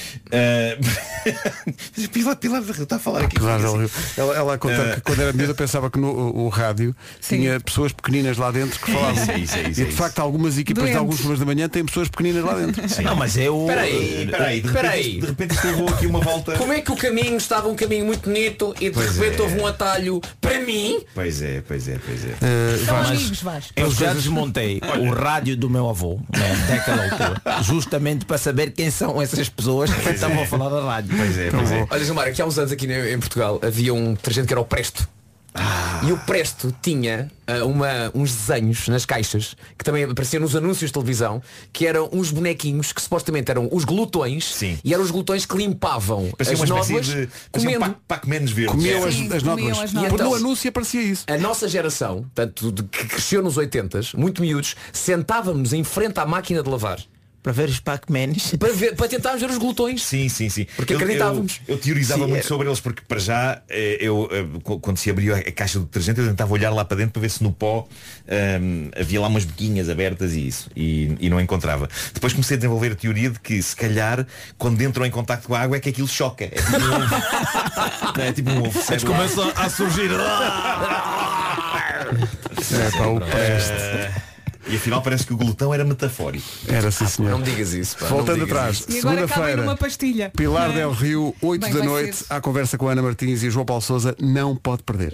Pilar está a falar aqui. Claro, ela a contar que quando era miúda pensava que o rádio tinha pessoas pequeninas lá dentro que falavam. E de facto algumas equipas de alguns programas da manhã têm pessoas pequeninas lá dentro. Não, mas é o... Peraí. De repente isto levou aqui uma volta. Como é que o caminho estava um caminho muito bonito e de repente houve um atalho para mim? Pois é. São amigos, Vasco. Eu já desmontei o rádio do meu avô, daquela altura, justamente para saber quem são essas pessoas que estavam a falar da rádio. Pois é. Olha, Gilmar, aqui há uns anos aqui em Portugal havia um detergente que era o Presto. E o Presto tinha uns desenhos nas caixas que também apareciam nos anúncios de televisão, que eram uns bonequinhos que supostamente eram os glutões. E eram os glutões que limpavam as nódoas comendo. Pac-Menos verdes. Comiam as nódoas. E então, no anúncio aparecia isso. A nossa geração, tanto que cresceu nos 80s, muito miúdos, sentávamos em frente à máquina de lavar Para ver os Pac-Mans. Para tentarmos ver os glutões. Sim. Porque acreditávamos. Eu teorizava muito sobre eles, porque para já, quando se abriu a caixa do detergente, eu tentava olhar lá para dentro para ver se no pó havia lá umas boquinhas abertas e isso. E não encontrava. Depois comecei a desenvolver a teoria de que, se calhar, quando entram em contacto com a água é que aquilo choca. É tipo um ovo. É tipo um ovo. Eles começam a surgir. E afinal parece que o glutão era metafórico. Era, sim, senhor. Não me digas isso. Pá, voltando atrás, e agora acaba numa pastilha. Pilar Del Rio, 8 da noite, à conversa com a Ana Martins e João Paulo Sousa, não pode perder.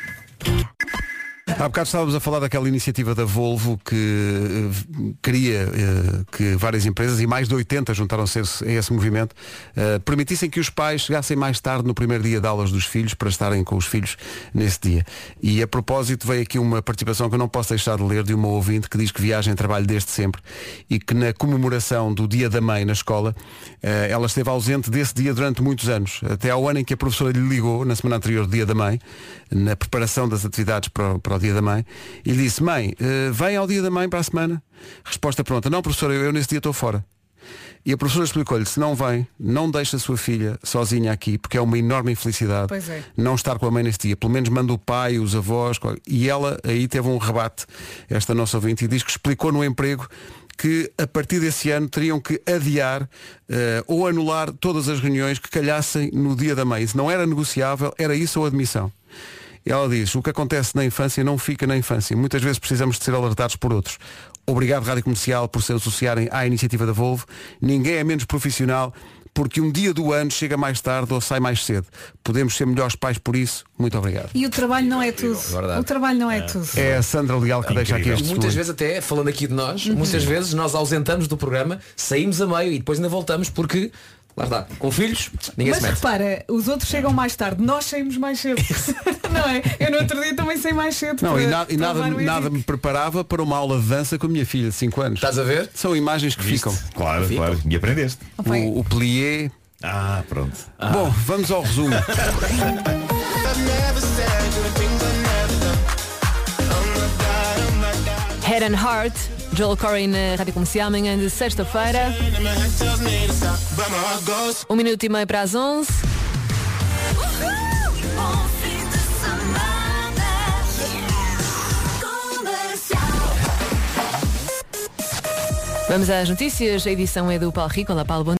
Há bocado estávamos a falar daquela iniciativa da Volvo que queria que várias empresas, e mais de 80 juntaram-se a esse movimento, permitissem que os pais chegassem mais tarde no primeiro dia de aulas dos filhos para estarem com os filhos nesse dia. E a propósito veio aqui uma participação que eu não posso deixar de ler, de uma ouvinte que diz que viaja em trabalho desde sempre e que na comemoração do Dia da Mãe na escola, ela esteve ausente desse dia durante muitos anos, até ao ano em que a professora lhe ligou, na semana anterior do Dia da Mãe, na preparação das atividades para o Dia da Mãe, e lhe disse: mãe, vem ao Dia da Mãe para a semana? Resposta pronta: não, professora, eu nesse dia estou fora. E a professora explicou-lhe: se não vem, não deixe a sua filha sozinha aqui, porque é uma enorme infelicidade não estar com a mãe nesse dia. Pelo menos manda o pai, os avós. E ela aí teve um rebate, esta nossa ouvinte, e diz que explicou no emprego que a partir desse ano teriam que adiar ou anular todas as reuniões que calhassem no Dia da Mãe. Se não era negociável, era isso ou admissão. Ela diz: o que acontece na infância não fica na infância. Muitas vezes precisamos de ser alertados por outros. Obrigado, Rádio Comercial, por se associarem à iniciativa da Volvo. Ninguém é menos profissional porque um dia do ano chega mais tarde ou sai mais cedo. Podemos ser melhores pais por isso. Muito obrigado. E o trabalho não é tudo. O trabalho não é tudo. É a Sandra Leal que deixa aqui este muitas vezes até, falando aqui de nós, muitas vezes nós ausentamos do programa, saímos a meio e depois ainda voltamos porque... Lá está, com filhos, ninguém se mete. Mas repara, os outros chegam mais tarde, nós saímos mais cedo. Não é? Eu no outro dia também saí mais cedo. Não, nada me preparava para uma aula de dança com a minha filha de 5 anos. Estás a ver? São imagens que ficam. Claro. E aprendeste. O plié. Pronto. Bom, vamos ao resumo. Head and Heart, Joel Corey na Rádio Comercial, amanhã de sexta-feira. 1 minuto e meio para as 11. Vamos às notícias. A edição é do Paulo Rico. Olá, Paulo.